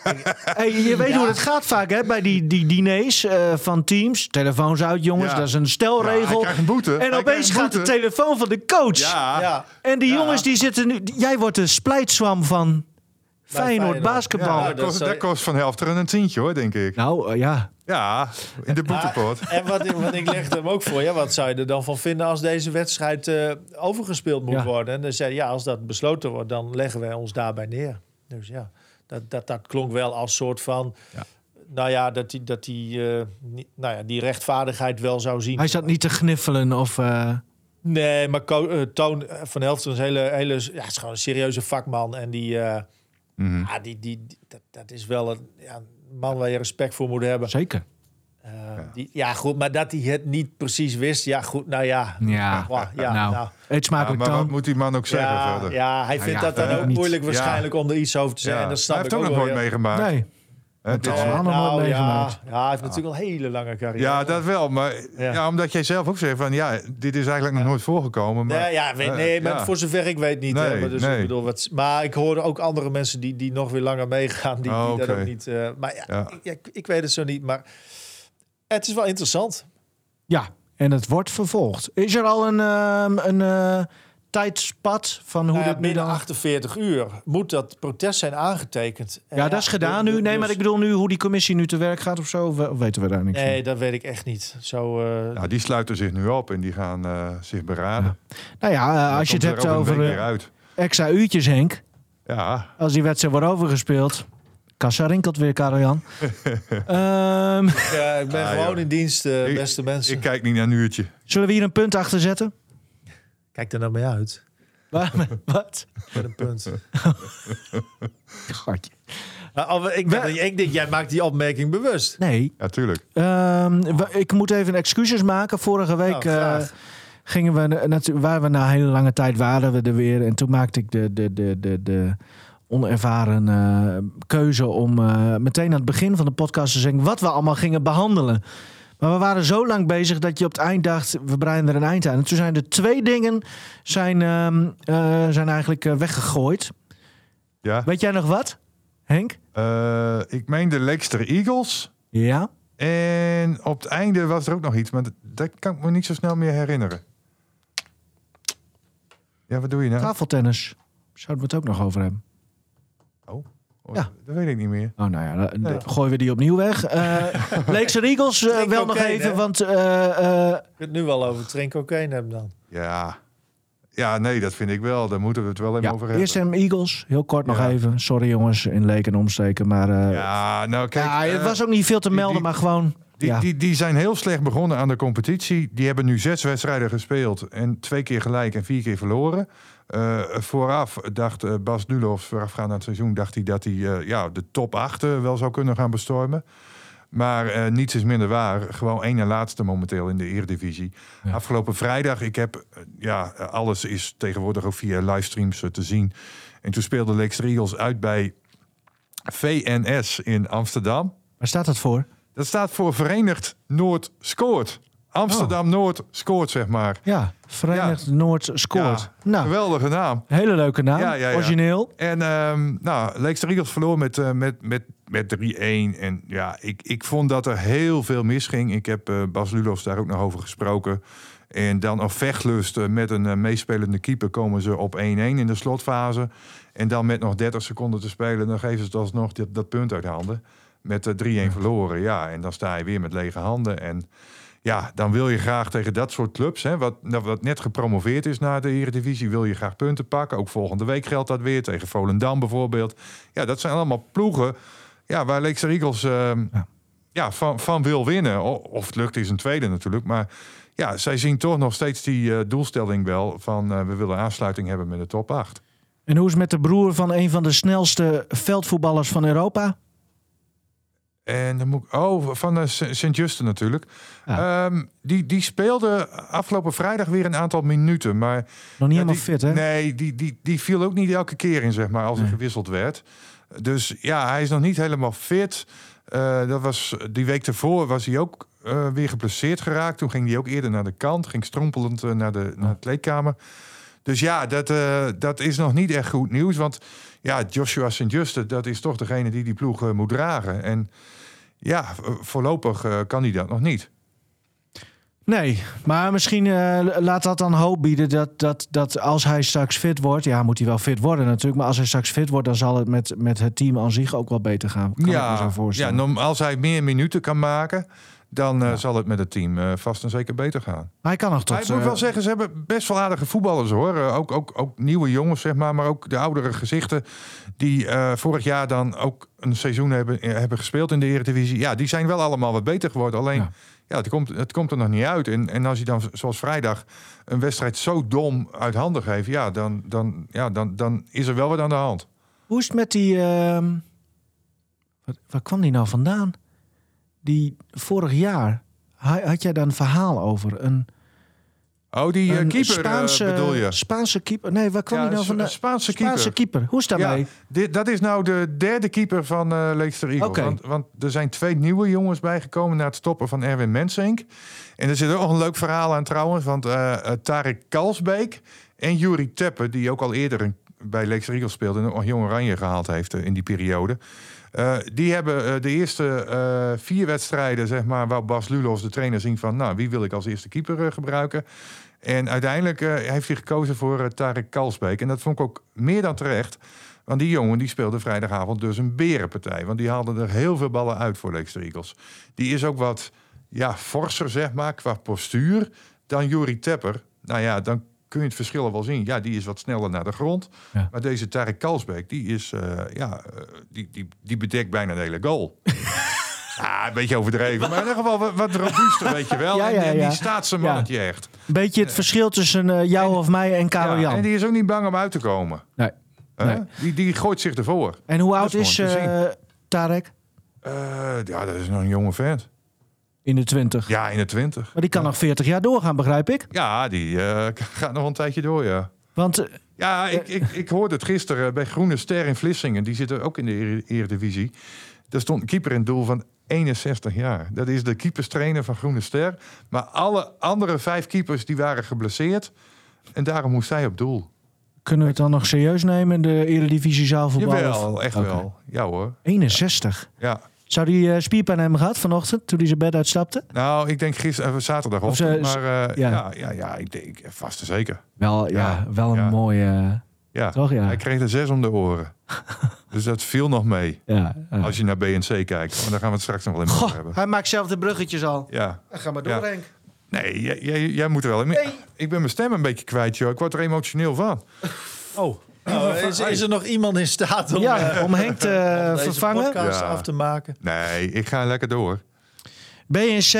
hey, je weet ja. hoe het gaat vaak, hè? Bij die, die diners uh, van teams. Telefoons uit, jongens. Ja. Dat is een stelregel. Ja, hij krijgt een boete. En hij opeens gaat boete. de telefoon van de coach. Ja. ja. En die ja. jongens die zitten nu... Jij wordt de splijtswam van Feyenoord basketbal. Ja, dat, kost, dat kost Van Helfteren een tientje, hoor, denk ik. Nou, uh, ja. Ja, in de boetepot. En wat ik, wat ik legde hem ook voor. Ja, wat zou je er dan van vinden als deze wedstrijd uh, overgespeeld moet ja. worden? En dan zei ja, als dat besloten wordt, dan leggen wij ons daarbij neer. Dus ja, dat, dat, dat klonk wel als soort van... Ja. Nou ja, dat die, dat die, uh, nie, nou ja, die rechtvaardigheid wel zou zien. Hij zat niet te gniffelen of... Uh... Nee, maar uh, Toon van Helfteren is een hele, hele, ja, is gewoon een serieuze vakman. En die, uh, mm-hmm. ja, die, die, die dat, dat is wel een... Ja, man waar je respect voor moet hebben. Zeker. Uh, ja. Die, ja, goed, maar dat hij het niet precies wist. Ja, goed, nou ja. Ja, wow, ja nou. nou. Het smakelijk ja, maar wat moet die man ook zeggen ja, verder? Ja, hij vindt ja, ja, dat dan uh, ook niet. moeilijk waarschijnlijk ja. om er iets over te zeggen. Ja. En dat snap hij heeft ik ook nog nooit wel, meegemaakt. Nee. He, dit is uh, nog nou, nooit ja, meegemaakt. ja, hij heeft natuurlijk al een hele lange carrière. Ja, dat wel. Maar ja. Ja, omdat jij zelf ook zegt van... ja, dit is eigenlijk nog nooit voorgekomen. Maar, nee, ja, weet, nee, maar ja. voor zover ik weet niet. Nee, hè, maar, dus nee. ik bedoel, wat, maar ik hoorde ook andere mensen die, die nog weer langer meegaan. Die, oh, die okay. dat ook niet... Uh, maar ja, ja. Ik, ik, ik weet het zo niet. Maar het is wel interessant. Ja, en het wordt vervolgd. Is er al een, uh, een uh, tijdspad van hoe uh, dat binnen dan... achtenveertig uur moet dat protest zijn aangetekend. Ja, ja, dat is gedaan de, de, nu. Nee, dus... maar ik bedoel nu hoe die commissie nu te werk gaat of zo. Of weten we daar niks Nee, van? dat weet ik echt niet. Zo, uh... nou, die sluiten zich nu op en die gaan uh, zich beraden. Ja. Nou ja, uh, als je het hebt over uh, extra uurtjes, Henk. Ja. Als die wedstrijd wordt overgespeeld... Kassa rinkelt weer, Karel-Jan. um, ja, ik ben ah, gewoon joh. in dienst, uh, ik, beste mensen. Ik kijk niet naar een uurtje. Zullen we hier een punt achter zetten? Kijk er nou mee uit. Wat? Met een punt. Godje. Nou, ik, ben, ik denk, jij maakt die opmerking bewust. Nee. Ja, tuurlijk. Um, ik moet even excuses maken. Vorige week nou, uh, gingen we, waar we na een hele lange tijd waren we er weer. En toen maakte ik de... de, de, de, de onervaren uh, keuze om uh, meteen aan het begin van de podcast te zeggen wat we allemaal gingen behandelen. Maar we waren zo lang bezig dat je op het eind dacht, we breien er een eind aan. En toen zijn er twee dingen zijn, uh, uh, zijn eigenlijk uh, weggegooid. Ja. Weet jij nog wat, Henk? Uh, ik meen de Leicester Eagles. Ja. En op het einde was er ook nog iets, maar dat, dat kan ik me niet zo snel meer herinneren. Ja, wat doe je nou? Tafeltennis. Zouden we het ook nog over hebben? Oh, oh ja. Dat weet ik niet meer. Oh, nou ja, dan ja. gooien we die opnieuw weg. Uh, Leicester Eagles uh, wel nog even, hè? Want... Uh, uh, je kunt het nu wel over trinkcocaïne hebben dan. Ja. Ja, nee, dat vind ik wel. Daar moeten we het wel even ja, over hebben. Eerst hem Eagles, heel kort nog ja. even. Sorry jongens, in leek en omsteken, maar... Uh, ja, nou kijk... Ja, het uh, was ook niet veel te die, melden, die, maar gewoon... Die, ja. die, die zijn heel slecht begonnen aan de competitie. Die hebben nu zes wedstrijden gespeeld en twee keer gelijk en vier keer verloren. Uh, vooraf dacht uh, Bas Nulhoff, voorafgaand aan het seizoen, dacht hij dat hij uh, ja, de top acht uh, wel zou kunnen gaan bestormen. Maar uh, niets is minder waar. Gewoon één en laatste momenteel in de Eredivisie. Ja. Afgelopen vrijdag, ik heb, uh, ja, alles is tegenwoordig ook via livestreams uh, te zien. En toen speelde Leicester Eagles uit bij V N S in Amsterdam. Waar staat dat voor? Dat staat voor Verenigd Noord Scoort. Amsterdam-Noord scoort, zeg maar. Ja, Verenigd ja. Noord scoort. Ja, nou, geweldige naam. Hele leuke naam, ja, ja, ja. origineel. En um, nou, Leekster Eagles verloor met, uh, met, met, met drie-een. En ja, ik, ik vond dat er heel veel misging. Ik heb uh, Bas Ludolfs daar ook nog over gesproken. En dan op vechtlust uh, met een uh, meespelende keeper komen ze op één-één in de slotfase. En dan met nog dertig seconden te spelen, dan geven ze alsnog dat, dat punt uit handen. Met uh, drie-één ja. verloren, ja. En dan sta je weer met lege handen. En ja, dan wil je graag tegen dat soort clubs, hè, wat, wat net gepromoveerd is naar de Eredivisie, wil je graag punten pakken. Ook volgende week geldt dat weer, tegen Volendam bijvoorbeeld. Ja, dat zijn allemaal ploegen ja, waar Leekster Eagles uh, ja. Ja, van, van wil winnen. Of het lukt is een tweede natuurlijk, maar ja, zij zien toch nog steeds die uh, doelstelling wel van uh, we willen aansluiting hebben met de top acht. En hoe is het met de broer van een van de snelste veldvoetballers van Europa? En dan moet ik, oh, van uh, Sint-Juste natuurlijk. Ja. Um, die, die speelde afgelopen vrijdag weer een aantal minuten. Maar nog niet ja, helemaal die, fit, hè? Nee, die, die, die viel ook niet elke keer in, zeg maar, als er nee. gewisseld werd. Dus ja, hij is nog niet helemaal fit. Uh, dat was, die week ervoor was hij ook uh, weer geblesseerd geraakt. Toen ging hij ook eerder naar de kant. Ging strompelend uh, naar, de, naar de kleedkamer. Dus ja, dat, uh, dat is nog niet echt goed nieuws. Want ja, Joshua Sint-Juste, dat is toch degene die die ploeg uh, moet dragen. En ja, voorlopig uh, kan hij dat nog niet. Nee, maar misschien uh, laat dat dan hoop bieden dat, dat, dat als hij straks fit wordt... Ja, moet hij wel fit worden natuurlijk. Maar als hij straks fit wordt, dan zal het met, met het team aan zich ook wel beter gaan. Kan ja, ik me zo voorstellen. Ja, als hij meer minuten kan maken, dan uh, ja. zal het met het team uh, vast en zeker beter gaan. Maar hij kan nog tot... Maar ik moet uh, wel zeggen, ze hebben best wel aardige voetballers, hoor. Uh, ook, ook, ook nieuwe jongens, zeg maar. Maar ook de oudere gezichten die uh, vorig jaar dan ook een seizoen hebben, hebben gespeeld in de Eredivisie. Ja, die zijn wel allemaal wat beter geworden. Alleen... Ja. Ja, het komt, het komt er nog niet uit. En, en als je dan, zoals vrijdag, een wedstrijd zo dom uit handen geeft... Ja, dan, dan, ja, dan, dan is er wel wat aan de hand. Hoe is het met die... Uh, wat, waar kwam die nou vandaan? Die vorig jaar, had jij daar een verhaal over? Een, oh, die een keeper Spaanse, uh, bedoel je? Spaanse keeper. Nee, waar kwam ja, die nou vandaan? Spaanse keeper. Spaanse keeper. Hoe is dat daarmee? Ja, dit, dat is nou de derde keeper van uh, Leekster Eagles. Okay. Want, want er zijn twee nieuwe jongens bijgekomen na het stoppen van Erwin Mensink. En er zit ook nog een leuk verhaal aan trouwens. Want uh, uh, Tarek Kalsbeek en Juri Teppe, die ook al eerder een, bij Leekster Eagles speelde... en nog Jong Oranje gehaald heeft uh, in die periode... Uh, die hebben uh, de eerste uh, vier wedstrijden, zeg maar, waar Bas Ludolfs de trainer zien van... nou, wie wil ik als eerste keeper uh, gebruiken? En uiteindelijk uh, heeft hij gekozen voor uh, Tarek Kalsbeek. En dat vond ik ook meer dan terecht. Want die jongen die speelde vrijdagavond dus een berenpartij. Want die haalde er heel veel ballen uit voor Leekster Eagles. Die is ook wat ja, forser, zeg maar, qua postuur dan Juri Tepper. Nou ja, dan kun je het verschil wel zien. Ja, die is wat sneller naar de grond. Ja. Maar deze Tarek Kalsbeek, die is uh, ja, uh, die, die, die bedekt bijna de hele goal. Ja, een beetje overdreven. Maar in ieder geval wat, wat robuuster, weet je wel. Ja, ja, ja. En die staat zijn mannetje ja. echt. Een beetje het verschil tussen uh, jou en, of mij en Karel ja, Jan. En die is ook niet bang om uit te komen. Nee. Uh, nee. Die, die gooit zich ervoor. En hoe oud is, is uh, Tarek? Uh, ja, dat is nog een jonge vent. In de twintig? Ja, in de twintig. Maar die kan ja. nog veertig jaar doorgaan, begrijp ik? Ja, die uh, gaat nog een tijdje door, ja. Want... Uh, ja, ik, ik, ik hoorde het gisteren bij Groene Ster in Vlissingen. Die zitten ook in de Eredivisie. Daar stond een keeper in het doel van eenenzestig jaar. Dat is de keeperstrainer van Groene Ster. Maar alle andere vijf keepers die waren geblesseerd. En daarom moest hij op doel. Kunnen we het dan nog serieus nemen, de Eredivisie zaalvoetbal? Jawel, echt okay. wel. Ja hoor. eenenzestig? Ja. Zou die uh, spierpijn hebben gehad vanochtend, toen hij zijn bed uitstapte? Nou, ik denk gisteren, uh, zaterdagochtend. Maar uh, ja. Ja, ja, ja, ik denk vast en zeker. Wel, ja, ja wel een ja. mooie... Uh, ja. Toch, ja, hij kreeg er zes om de oren. Dus dat viel nog mee. Ja, uh. Als je naar B N C kijkt. Maar daar gaan we het straks nog wel in over hebben. Hij maakt zelf de bruggetjes al. Ja. Ga maar door, ja. Henk. Nee, jij, jij, jij moet er wel in. Nee. Ik ben mijn stem een beetje kwijt, joh. Ik word er emotioneel van. Oh. Nou, is, is er nog iemand in staat om, ja, uh, om Henk te uh, vervangen? Podcast ja. af te maken? Nee, ik ga lekker door. B N C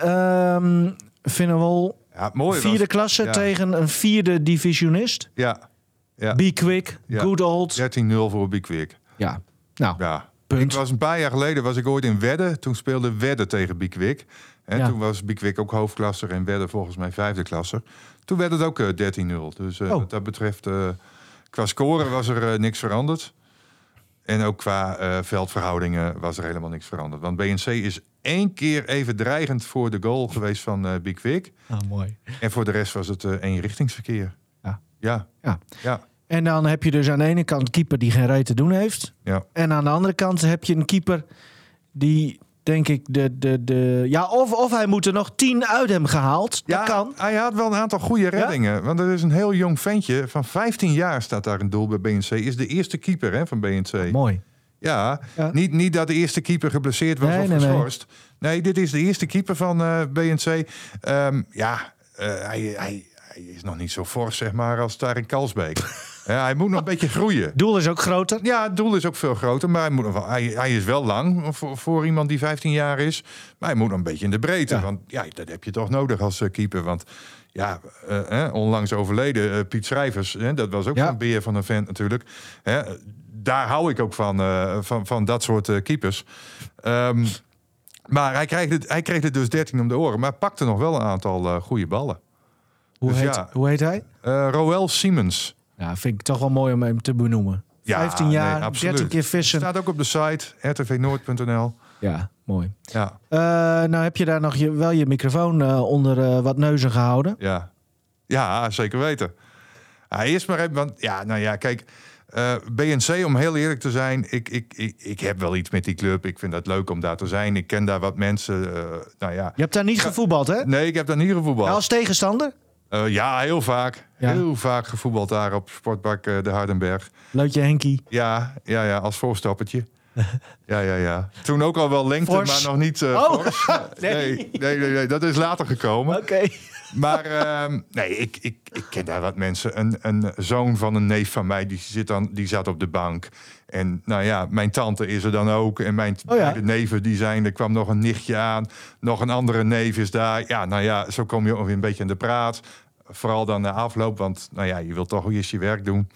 um, vinden we al ja, mooi, vierde was, klasse ja. tegen een vierde divisionist. Ja. ja. Be Quick, ja. Good old. dertien nul voor Be Quick. Ja, nou, ja. punt. Ik was een paar jaar geleden was ik ooit in Wedde. Toen speelde Wedde tegen Be Quick. En ja. toen was Be Quick ook hoofdklasser en Wedde volgens mij vijfde klasser. Toen werd het ook uh, dertien nul. Dus uh, oh. wat dat betreft... Uh, Qua scoren was er uh, niks veranderd. En ook qua uh, veldverhoudingen was er helemaal niks veranderd. Want B N C is één keer even dreigend voor de goal geweest van uh, Bikwik. Ah, mooi. En voor de rest was het uh, eenrichtingsverkeer. Ja. Ja. Ja. ja. En dan heb je dus aan de ene kant een keeper die geen reet te doen heeft. Ja. En aan de andere kant heb je een keeper die, denk ik, de... de, de ja, of, of hij moet er nog tien uit hem gehaald. Dat Ja, kan. Hij had wel een aantal goede reddingen. Ja? Want er is een heel jong ventje van vijftien jaar staat daar in doel bij B N C. Is de eerste keeper hè, van B N C. Mooi. Ja, ja. Niet, niet dat de eerste keeper geblesseerd was nee, of nee, geschorst. Nee. nee, dit is de eerste keeper van uh, B N C. Um, ja, uh, hij, hij, hij is nog niet zo fors, zeg maar, als daar in Kalsbeek. Ja, hij moet nog een beetje groeien. Het doel is ook groter. Ja, het doel is ook veel groter. Maar hij, moet nog wel, hij, hij is wel lang voor, voor iemand die vijftien jaar is. Maar hij moet nog een beetje in de breedte. Ja. Want ja, dat heb je toch nodig als uh, keeper. Want ja, uh, uh, onlangs overleden uh, Piet Schrijvers. Uh, dat was ook ja. een beer van een vent natuurlijk. Uh, daar hou ik ook van, uh, van, van dat soort uh, keepers. Um, maar hij kreeg, het, hij kreeg het dus dertien om de oren. Maar pakte nog wel een aantal uh, goede ballen. Hoe, dus heet, ja, hoe heet hij? Uh, Roel Siemens. Ja, vind ik toch wel mooi om hem te benoemen. Ja, vijftien jaar, nee, dertien keer vissen. Staat ook op de site, r t v noord punt n l. Ja, mooi. Ja. Uh, nou heb je daar nog je, wel je microfoon uh, onder uh, wat neuzen gehouden. Ja, ja zeker weten. Ja, eerst maar even, want ja, nou ja, kijk... Uh, B N C, om heel eerlijk te zijn, ik, ik, ik, ik heb wel iets met die club. Ik vind het leuk om daar te zijn. Ik ken daar wat mensen. Uh, nou ja. Je hebt daar niet gevoetbald, hè? Nee, ik heb daar niet gevoetbald. Nou, als tegenstander? Uh, ja, heel vaak. Ja. Heel vaak gevoetbald daar op Sportbak uh, de Hardenberg. Leutje Henkie. Ja, ja, ja, als voorstappertje. Ja, ja, ja. Toen ook al wel lengte, Fors. maar nog niet uh, oh. fors. nee. Nee, nee, nee, nee, dat is later gekomen. Oké. Okay. Maar uh, nee, ik, ik, ik ken daar wat mensen. Een, een zoon van een neef van mij, die, zit dan, die zat op de bank. En nou ja, mijn tante is er dan ook. En mijn oh ja. beide neven die zijn, er kwam nog een nichtje aan. Nog een andere neef is daar. Ja, nou ja, zo kom je ook weer een beetje aan de praat. Vooral dan na afloop, want nou ja, je wilt toch eerst je werk doen.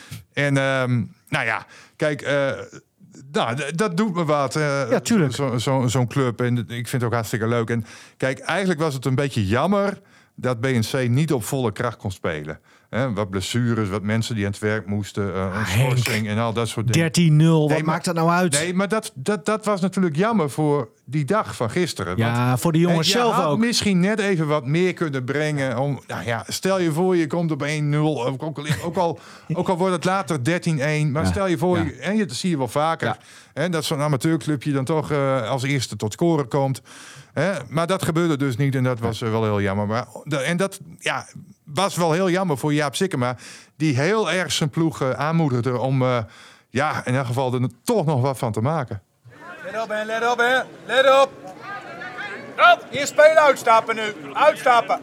En um, nou ja, kijk... Uh, Nou, d- dat doet me wat. Uh, ja, tuurlijk. Zo, zo, zo'n club. En ik vind het ook hartstikke leuk. En kijk, eigenlijk was het een beetje jammer dat B N C niet op volle kracht kon spelen. He, wat blessures, wat mensen die aan het werk moesten, uh, een schorsing en al dat soort dingen. dertien nul, wat nee, maar, maakt dat nou uit? Nee, maar dat, dat, dat was natuurlijk jammer voor die dag van gisteren. Ja, want, voor de jongens zelf had ook. Misschien net even wat meer kunnen brengen. Om, nou ja, stel je voor, je komt op één nul. Ook, ook, ook, al, ook al wordt het later dertien één. Maar ja, stel je voor, ja. je, en je, dat zie je wel vaker. Ja. Hè, dat zo'n amateurclubje dan toch uh, als eerste tot scoren komt. Hè, maar dat gebeurde dus niet en dat was uh, wel heel jammer. Maar, en dat ja, was wel heel jammer voor Jaap Sikkema, die heel erg zijn ploeg uh, aanmoedigde om uh, ja, in elk geval er toch nog wat van te maken. Let op, hè, let op, hè. Let op. Op. Hier spelen uitstappen nu. Uitstappen.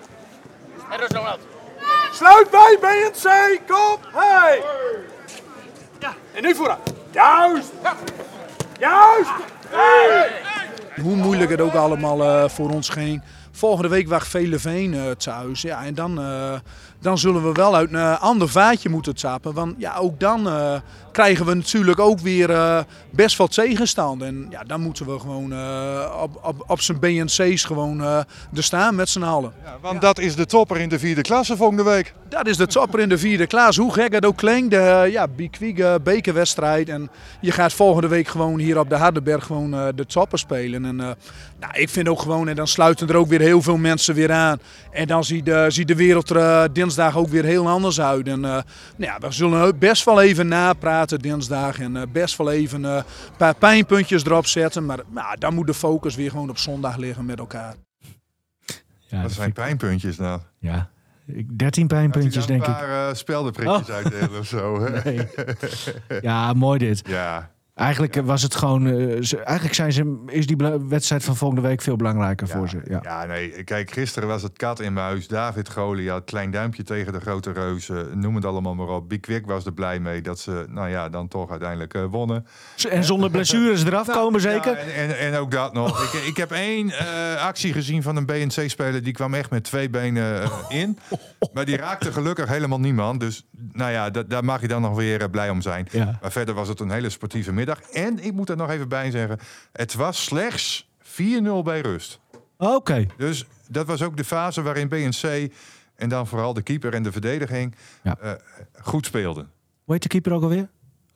En er zo uit. Sluit bij B N C. Kom. Hey. Ja. En nu vooruit. Juist. Ja. Juist. Hey. Hoe moeilijk het ook allemaal uh, voor ons ging. Volgende week wacht Veleveen uh, thuis. Ja, en dan, uh, dan zullen we wel uit een uh, ander vaatje moeten zappen. Want ja, ook dan uh, krijgen we natuurlijk ook weer uh, best wat tegenstand. En ja, dan moeten we gewoon uh, op, op, op zijn B N C's gewoon uh, er staan met z'n allen. Ja, want ja. dat is de topper in de vierde klasse volgende week. Dat is de topper in de vierde klasse. Hoe gek het ook klinkt. De uh, ja, Bikwik bekerwedstrijd. En je gaat volgende week gewoon hier op de Hardenberg gewoon uh, de topper spelen. En uh, nou, ik vind ook gewoon, en dan sluiten er ook weer heel veel mensen weer aan. En dan ziet de, ziet de wereld er uh, dinsdag ook weer heel anders uit. En uh, nou ja, we zullen best wel even napraten dinsdag. En uh, best wel even uh, een paar pijnpuntjes erop zetten. Maar nou, dan moet de focus weer gewoon op zondag liggen met elkaar. Ja, dat zijn pijnpuntjes nou. Ja. dertien pijnpuntjes, denk ik. Een paar uh, speldenprikjes oh. uitdelen of zo. Hè? Nee. Ja, mooi dit. Ja. Eigenlijk ja. was het gewoon... Uh, ze, eigenlijk zijn ze, is die bela- wedstrijd van volgende week veel belangrijker ja, voor ze. Ja. ja, nee. Kijk, gisteren was het kat in mijn huis. David Goliath, klein duimpje tegen de grote reuzen. Noem het allemaal maar op. Bikwik was er blij mee dat ze, nou ja, dan toch uiteindelijk uh, wonnen. En zonder blessures eraf nou, komen zeker? Ja, en, en, en ook dat nog. ik, ik heb één uh, actie gezien van een B N C-speler. Die kwam echt met twee benen uh, in. Maar die raakte gelukkig helemaal niemand. Dus nou ja, d- daar mag je dan nog weer uh, blij om zijn. Ja. Maar verder was het een hele sportieve middag. En ik moet er nog even bij zeggen, het was slechts vier nul bij rust. Oké. Okay. Dus dat was ook de fase waarin B N C en dan vooral de keeper en de verdediging ja. uh, goed speelden. Hoe heet de keeper ook alweer?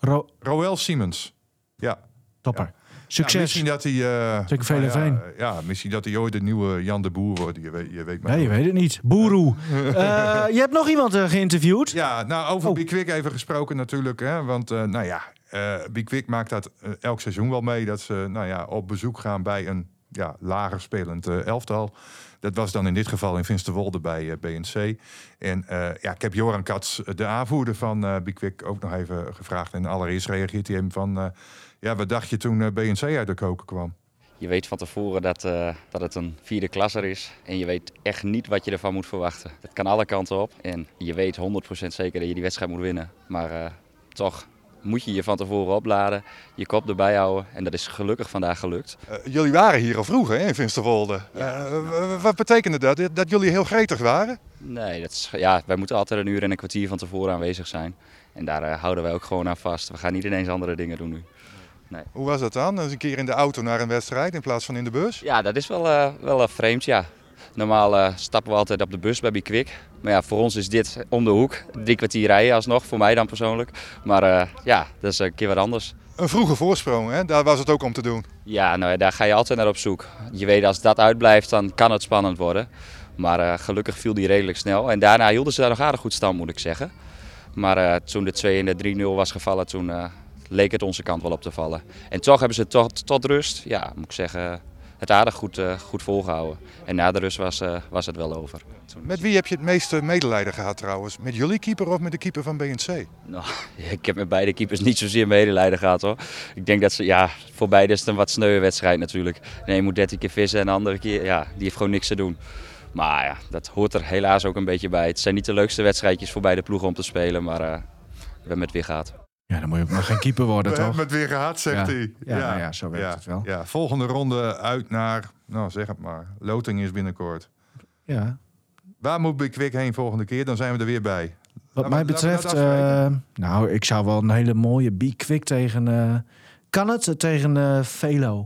Ro- Roel Siemens. Ja. Topper. Ja. Succes. Ja, misschien dat hij... Uh, Zeker veel nou ja, ja, misschien dat hij ooit de nieuwe Jan de Boer wordt. Je weet, je weet maar. Nee, je weet het niet. Boeroe. uh, je hebt nog iemand uh, geïnterviewd. Ja, nou over oh. Bikwik even gesproken natuurlijk. Hè, want uh, nou ja, uh, Bikwik maakt dat uh, elk seizoen wel mee. Dat ze nou ja, op bezoek gaan bij een ja, lager spelend uh, elftal. Dat was dan in dit geval in Finsterwolde bij uh, B N C. En uh, ja, ik heb Joran Kats, de aanvoerder van uh, Bikwik, ook nog even gevraagd. En allereerst reageert hij hem van... Uh, ja, wat dacht je toen uh, B N C uit de koken kwam? Je weet van tevoren dat, uh, dat het een vierde klasser is. En je weet echt niet wat je ervan moet verwachten. Het kan alle kanten op. En je weet honderd procent zeker dat je die wedstrijd moet winnen. Maar uh, toch moet je je van tevoren opladen. Je kop erbij houden. En dat is gelukkig vandaag gelukt. Uh, jullie waren hier al vroeg hè, in Finsterwolde. Ja. Uh, wat betekende dat? Dat jullie heel gretig waren? Nee, dat is, ja, wij moeten altijd een uur en een kwartier van tevoren aanwezig zijn. En daar uh, houden wij ook gewoon aan vast. We gaan niet ineens andere dingen doen nu. Nee. Hoe was dat dan? Eens een keer in de auto naar een wedstrijd in plaats van in de bus? Ja, dat is wel, uh, wel uh, vreemd, ja. Normaal uh, stappen we altijd op de bus bij Bikwik. Maar ja, voor ons is dit om de hoek. Drie kwartier rijden alsnog, voor mij dan persoonlijk. Maar uh, ja, dat is een keer wat anders. Een vroege voorsprong, hè? Daar was het ook om te doen. Ja, nou, daar ga je altijd naar op zoek. Je weet als dat uitblijft, dan kan het spannend worden. Maar uh, gelukkig viel die redelijk snel. En daarna hielden ze daar nog aardig goed stand, moet ik zeggen. Maar uh, toen de twee en de drie nul was gevallen, toen... Uh, leek het onze kant wel op te vallen. En toch hebben ze tot, tot rust, ja, moet ik zeggen, het aardig goed, uh, goed volgehouden. En na de rust was, uh, was het wel over. Toen... Met wie heb je het meeste medelijden gehad trouwens? Met jullie keeper of met de keeper van B N C? Nou, ik heb met beide keepers niet zozeer medelijden gehad hoor. Ik denk dat ze, ja, voor beide is het een wat sneuwe wedstrijd natuurlijk. De een moet dertien keer vissen en de andere keer, ja, die heeft gewoon niks te doen. Maar ja, dat hoort er helaas ook een beetje bij. Het zijn niet de leukste wedstrijdjes voor beide ploegen om te spelen, maar uh, we hebben het weer gehad. Ja, dan moet je maar geen keeper worden, We toch? We hebben het weer gehad, zegt ja. hij. Ja, ja. Nou ja, zo werkt ja. het wel. Ja, volgende ronde uit naar, nou zeg het maar, Loting is binnenkort. Ja. Waar moet Bikwik heen volgende keer? Dan zijn we er weer bij. Wat laat mij we, betreft, uh, nou, ik zou wel een hele mooie Bikwik tegen... Uh, kan het? Tegen uh, Velo.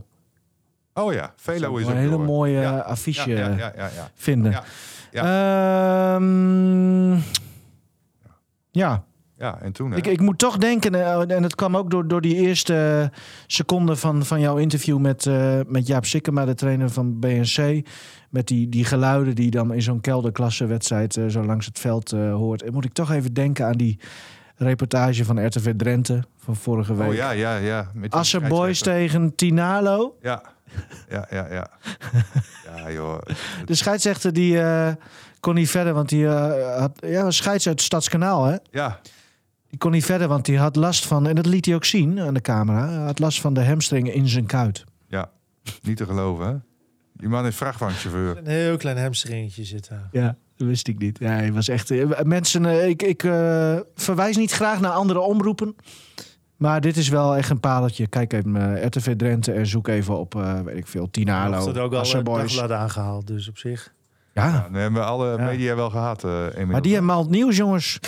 Oh ja, Velo is ook een hele door. mooie ja. affiche ja, ja, ja, ja, ja. vinden. Ja. Ja. Um, ja. Ja, en toen... Ik, ik moet toch denken, uh, en het kwam ook door, door die eerste seconden van, van jouw interview met, uh, met Jaap Sikkema, de trainer van B N C. Met die, die geluiden die dan in zo'n kelderklassewedstrijd uh, zo langs het veld uh, hoort. En moet ik toch even denken aan die reportage van R T V Drenthe van vorige week. Oh ja, ja, ja. Assen Boys tegen Tinalo. Ja, ja, ja, ja. Ja, joh. De scheidsrechter die uh, kon niet verder, want die uh, had ja, was scheids uit het Stadskanaal, hè? Ja. Die kon niet verder, want die had last van, en dat liet hij ook zien aan de camera, hij had last van de hamstringen in zijn kuit. Ja, niet te geloven, hè? Die man is vrachtwagenchauffeur. Een heel klein hamstringetje zit daar. Ja, dat wist ik niet. Ja, hij was echt... Uh, mensen, uh, ik, ik uh, verwijs niet graag naar andere omroepen. Maar dit is wel echt een pareltje. Kijk even uh, R T V Drenthe en zoek even op, uh, weet ik veel, Tinalo, Dat ook al Assen een Boys. dagblad aangehaald, dus op zich. Ja. Ja, dan hebben we alle media wel gehad. Uh, maar die hebben al het nieuws, jongens.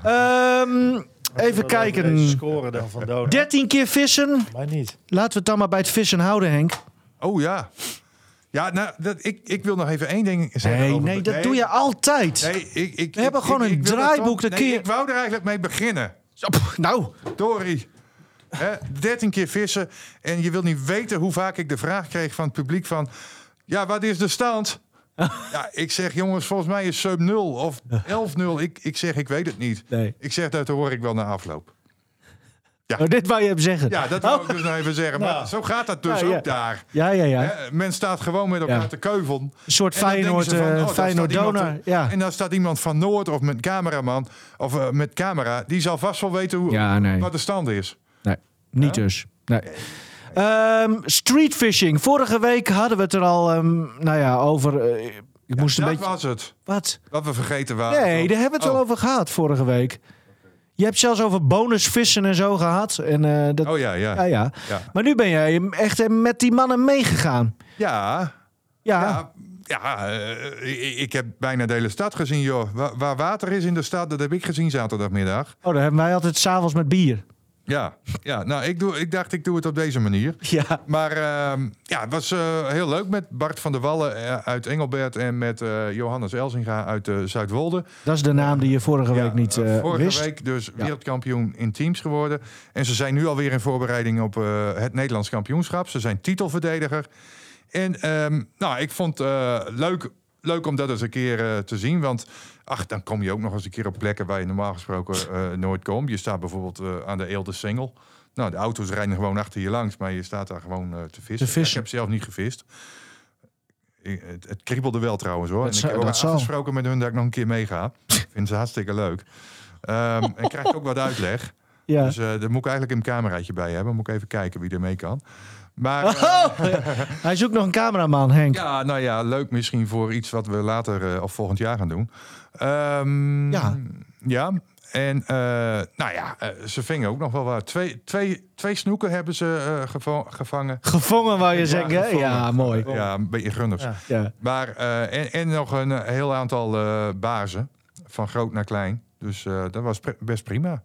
um, even kijken. Scoren dan van Dona. dertien keer vissen. Maar niet. Laten we het dan maar bij het vissen houden, Henk. Oh ja. Ja, nou, dat, ik, ik wil nog even één ding zeggen. Nee, over, nee, dat nee, doe je altijd. Nee, ik, ik, we hebben gewoon ik, een ik draaiboek. Toch, nee, nee, je... Ik wou er eigenlijk mee beginnen. Nou. Dori. Hè, dertien keer vissen. En je wilt niet weten hoe vaak ik de vraag kreeg van het publiek van... Ja, wat is de stand? Ja, ik zeg, jongens, volgens mij is sub nul of elf nul. Ik, ik zeg, ik weet het niet. Nee. Ik zeg, dat hoor ik wel na afloop. Ja. Oh, dit wou je hem zeggen. Ja, dat wou ik dus nog even zeggen. Maar nou. zo gaat dat dus ja, ja. ook daar. Ja, ja, ja. Hè, men staat gewoon met elkaar ja. te keuvelen. Een soort En dan Feyenoord, denken ze van, uh, oh, Feyenoord daar staat Dona. iemand- Ja. En dan staat iemand van Noord of met cameraman of uh, met camera. Die zal vast wel weten hoe, Ja, nee. wat de stand is. Nee, niet Ja? dus. Nee. Um, street fishing. Vorige week hadden we het er al um, nou ja, over. Uh, ik Ja, moest een dat beetje. was het. Wat? Wat we vergeten waren. Nee, daar hebben we het oh. al over gehad vorige week. Je hebt zelfs over bonusvissen en zo gehad. En, uh, dat, Oh ja, ja. ja, ja. Ja. Maar nu ben jij echt met die mannen meegegaan. Ja. Ja. Ja, ja uh, ik, ik heb bijna de hele stad gezien, joh. Waar, waar water is in de stad, dat heb ik gezien zaterdagmiddag. Oh, dan hebben wij altijd 's avonds met bier. Ja, ja, nou, ik, doe, ik dacht, ik doe het op deze manier. Ja. Maar uh, ja, het was uh, heel leuk met Bart van der Wallen uh, uit Engelbert... en met uh, Johannes Elzinga uit uh, Zuidwolde. Dat is de naam die je vorige ja, week niet uh, vorige wist. Vorige week dus ja. wereldkampioen in teams geworden. En ze zijn nu alweer in voorbereiding op uh, het Nederlands kampioenschap. Ze zijn titelverdediger. En um, nou, ik vond het uh, leuk... Leuk om dat eens een keer uh, te zien, want ach, dan kom je ook nog eens een keer op plekken waar je normaal gesproken uh, nooit komt. Je staat bijvoorbeeld uh, aan de Eelde Singel. Nou, de auto's rijden gewoon achter je langs, maar je staat daar gewoon uh, te vissen. Te vissen. Ik heb zelf niet gevist. Ik, het, het kriebelde wel trouwens hoor. Dat en ik heb ook afgesproken met hun dat ik nog een keer meega. Ik vind ze hartstikke leuk. Um, en krijg ik ook wat uitleg. Ja. Dus uh, daar moet ik eigenlijk een cameraatje bij hebben. Moet ik even kijken wie er mee kan. Maar, uh, oh, hij zoekt nog een cameraman, Henk. Ja, nou ja, leuk misschien voor iets wat we later uh, of volgend jaar gaan doen. Um, ja. Ja, en uh, nou ja, uh, ze vingen ook nog wel wat. Twee, twee, twee snoeken hebben ze uh, gevo- gevangen. Gevangen, wou je ja, zeggen? Gevangen. Ja, mooi. Ja, een beetje gunners. Ja. Ja. Maar, uh, en, en nog een uh, heel aantal uh, bazen, van groot naar klein. Dus uh, dat was pre- best prima.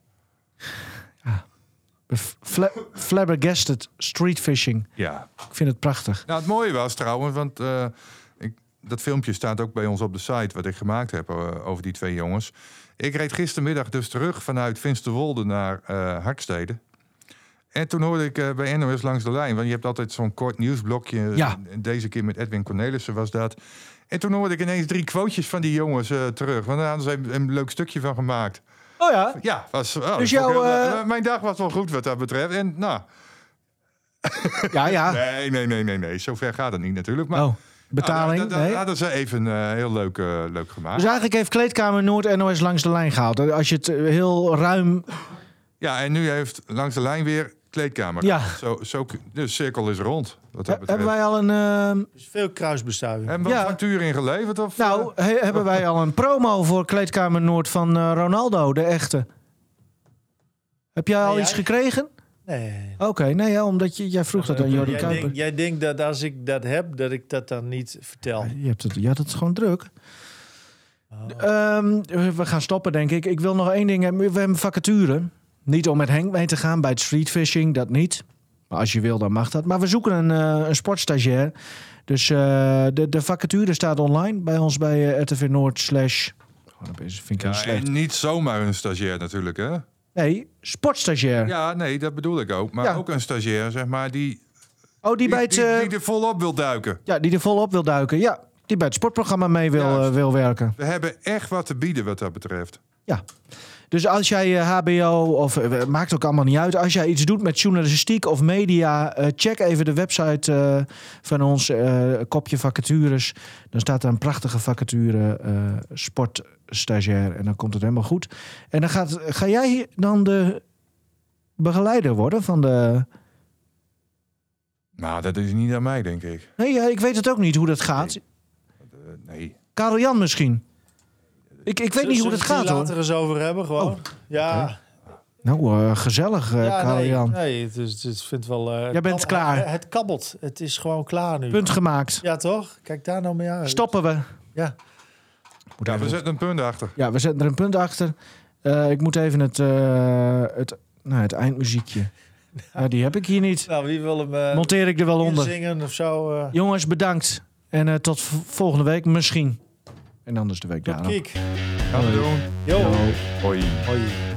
Fla- flabbergasted street fishing. Ja. Ik vind het prachtig. Nou, het mooie was trouwens, want uh, ik, dat filmpje staat ook bij ons op de site... wat ik gemaakt heb uh, over die twee jongens. Ik reed gistermiddag dus terug vanuit Finsterwolde naar uh, Harkstede. En toen hoorde ik uh, bij N O S Langs de Lijn... want je hebt altijd zo'n kort nieuwsblokje. Ja. Deze keer met Edwin Cornelissen was dat. En toen hoorde ik ineens drie quotejes van die jongens uh, terug. Want daar hadden ze een leuk stukje van gemaakt. Oh ja? Ja, was, oh, dus jouw, heel, uh... mijn dag was wel goed wat dat betreft. En nou... Ja, ja. Nee, nee, nee, nee, nee. Zover gaat het niet natuurlijk. Maar, oh, betaling? Nou, dat, dat nee? hadden ze even uh, heel leuk, uh, leuk gemaakt. Dus eigenlijk heeft Kleedkamer Noord N O S Langs de Lijn gehaald. Als je het heel ruim... Ja, en nu heeft Langs de Lijn weer Kleedkamer. Ja. Zo, zo, de cirkel is rond. Wat dat He, hebben wij al een... Uh... Dus veel kruisbestuiving. Hebben we ja. een factuur ingeleverd? Of, nou, he, hebben wij al een promo voor Kleedkamer Noord van uh, Ronaldo, de echte. Heb jij al nee, iets jij... gekregen? Nee. Oké, okay, nee, ja, omdat je, jij vroeg dat aan Jordi jij Kuiper. Denk, jij denkt dat als ik dat heb, dat ik dat dan niet vertel. Ja, je hebt het, ja, dat is gewoon druk. Oh. Um, we gaan stoppen, denk ik. Ik wil nog één ding hebben. We hebben vacature. Niet om met Henk mee te gaan bij het streetfishing, dat niet. Maar als je wil, dan mag dat. Maar we zoeken een, uh, een sportstagiair. Dus uh, de, de vacature staat online bij ons bij uh, R T V Noord slash... Oh, dat vind ik ja, slecht. En niet zomaar een stagiair natuurlijk, hè? Nee, sportstagiair. Ja, nee, dat bedoel ik ook. Maar ja. ook een stagiair, zeg maar, die... Oh, die, die, bij het, die, uh... die er volop wil duiken. Ja, die er volop wil duiken. Ja, die bij het sportprogramma mee wil, ja, uh, wil werken. We hebben echt wat te bieden wat dat betreft. Ja. Dus als jij uh, H B O, of uh, maakt ook allemaal niet uit... als jij iets doet met journalistiek of media... Uh, check even de website uh, van ons, uh, kopje vacatures. Dan staat er een prachtige vacature, uh, sportstagiair. En dan komt het helemaal goed. En dan gaat, ga jij dan de begeleider worden van de... Nou, dat is niet aan mij, denk ik. Nee, ja, ik weet het ook niet hoe dat gaat. Nee. Uh, nee. Karel Jan misschien. Ik, ik weet Zullen niet hoe dat gaat, hoor. Zullen we het later eens over hebben, gewoon? Oh. Ja. Okay. Nou, uh, gezellig, uh, ja, Karel nee, Jan. Nee, het, is, het vindt wel... Uh, Jij bent kab- klaar. Het, het kabbelt. Het is gewoon klaar nu. Punt gemaakt. Ja, toch? Kijk daar nou mee uit. Stoppen we. Ja. Moet ja, we zetten een punt achter. Ja, we zetten er een punt achter. Uh, ik moet even het, uh, het, nou, het eindmuziekje. Nou, ja, die heb ik hier niet. Nou, wie wil hem uh, monteer ik er wel onder. Zingen of zo. Uh... Jongens, bedankt. En uh, tot v- volgende week misschien. En anders de week daarna. Kijk. Gaan we doen. Yo. Yo. Hoi. Hoi.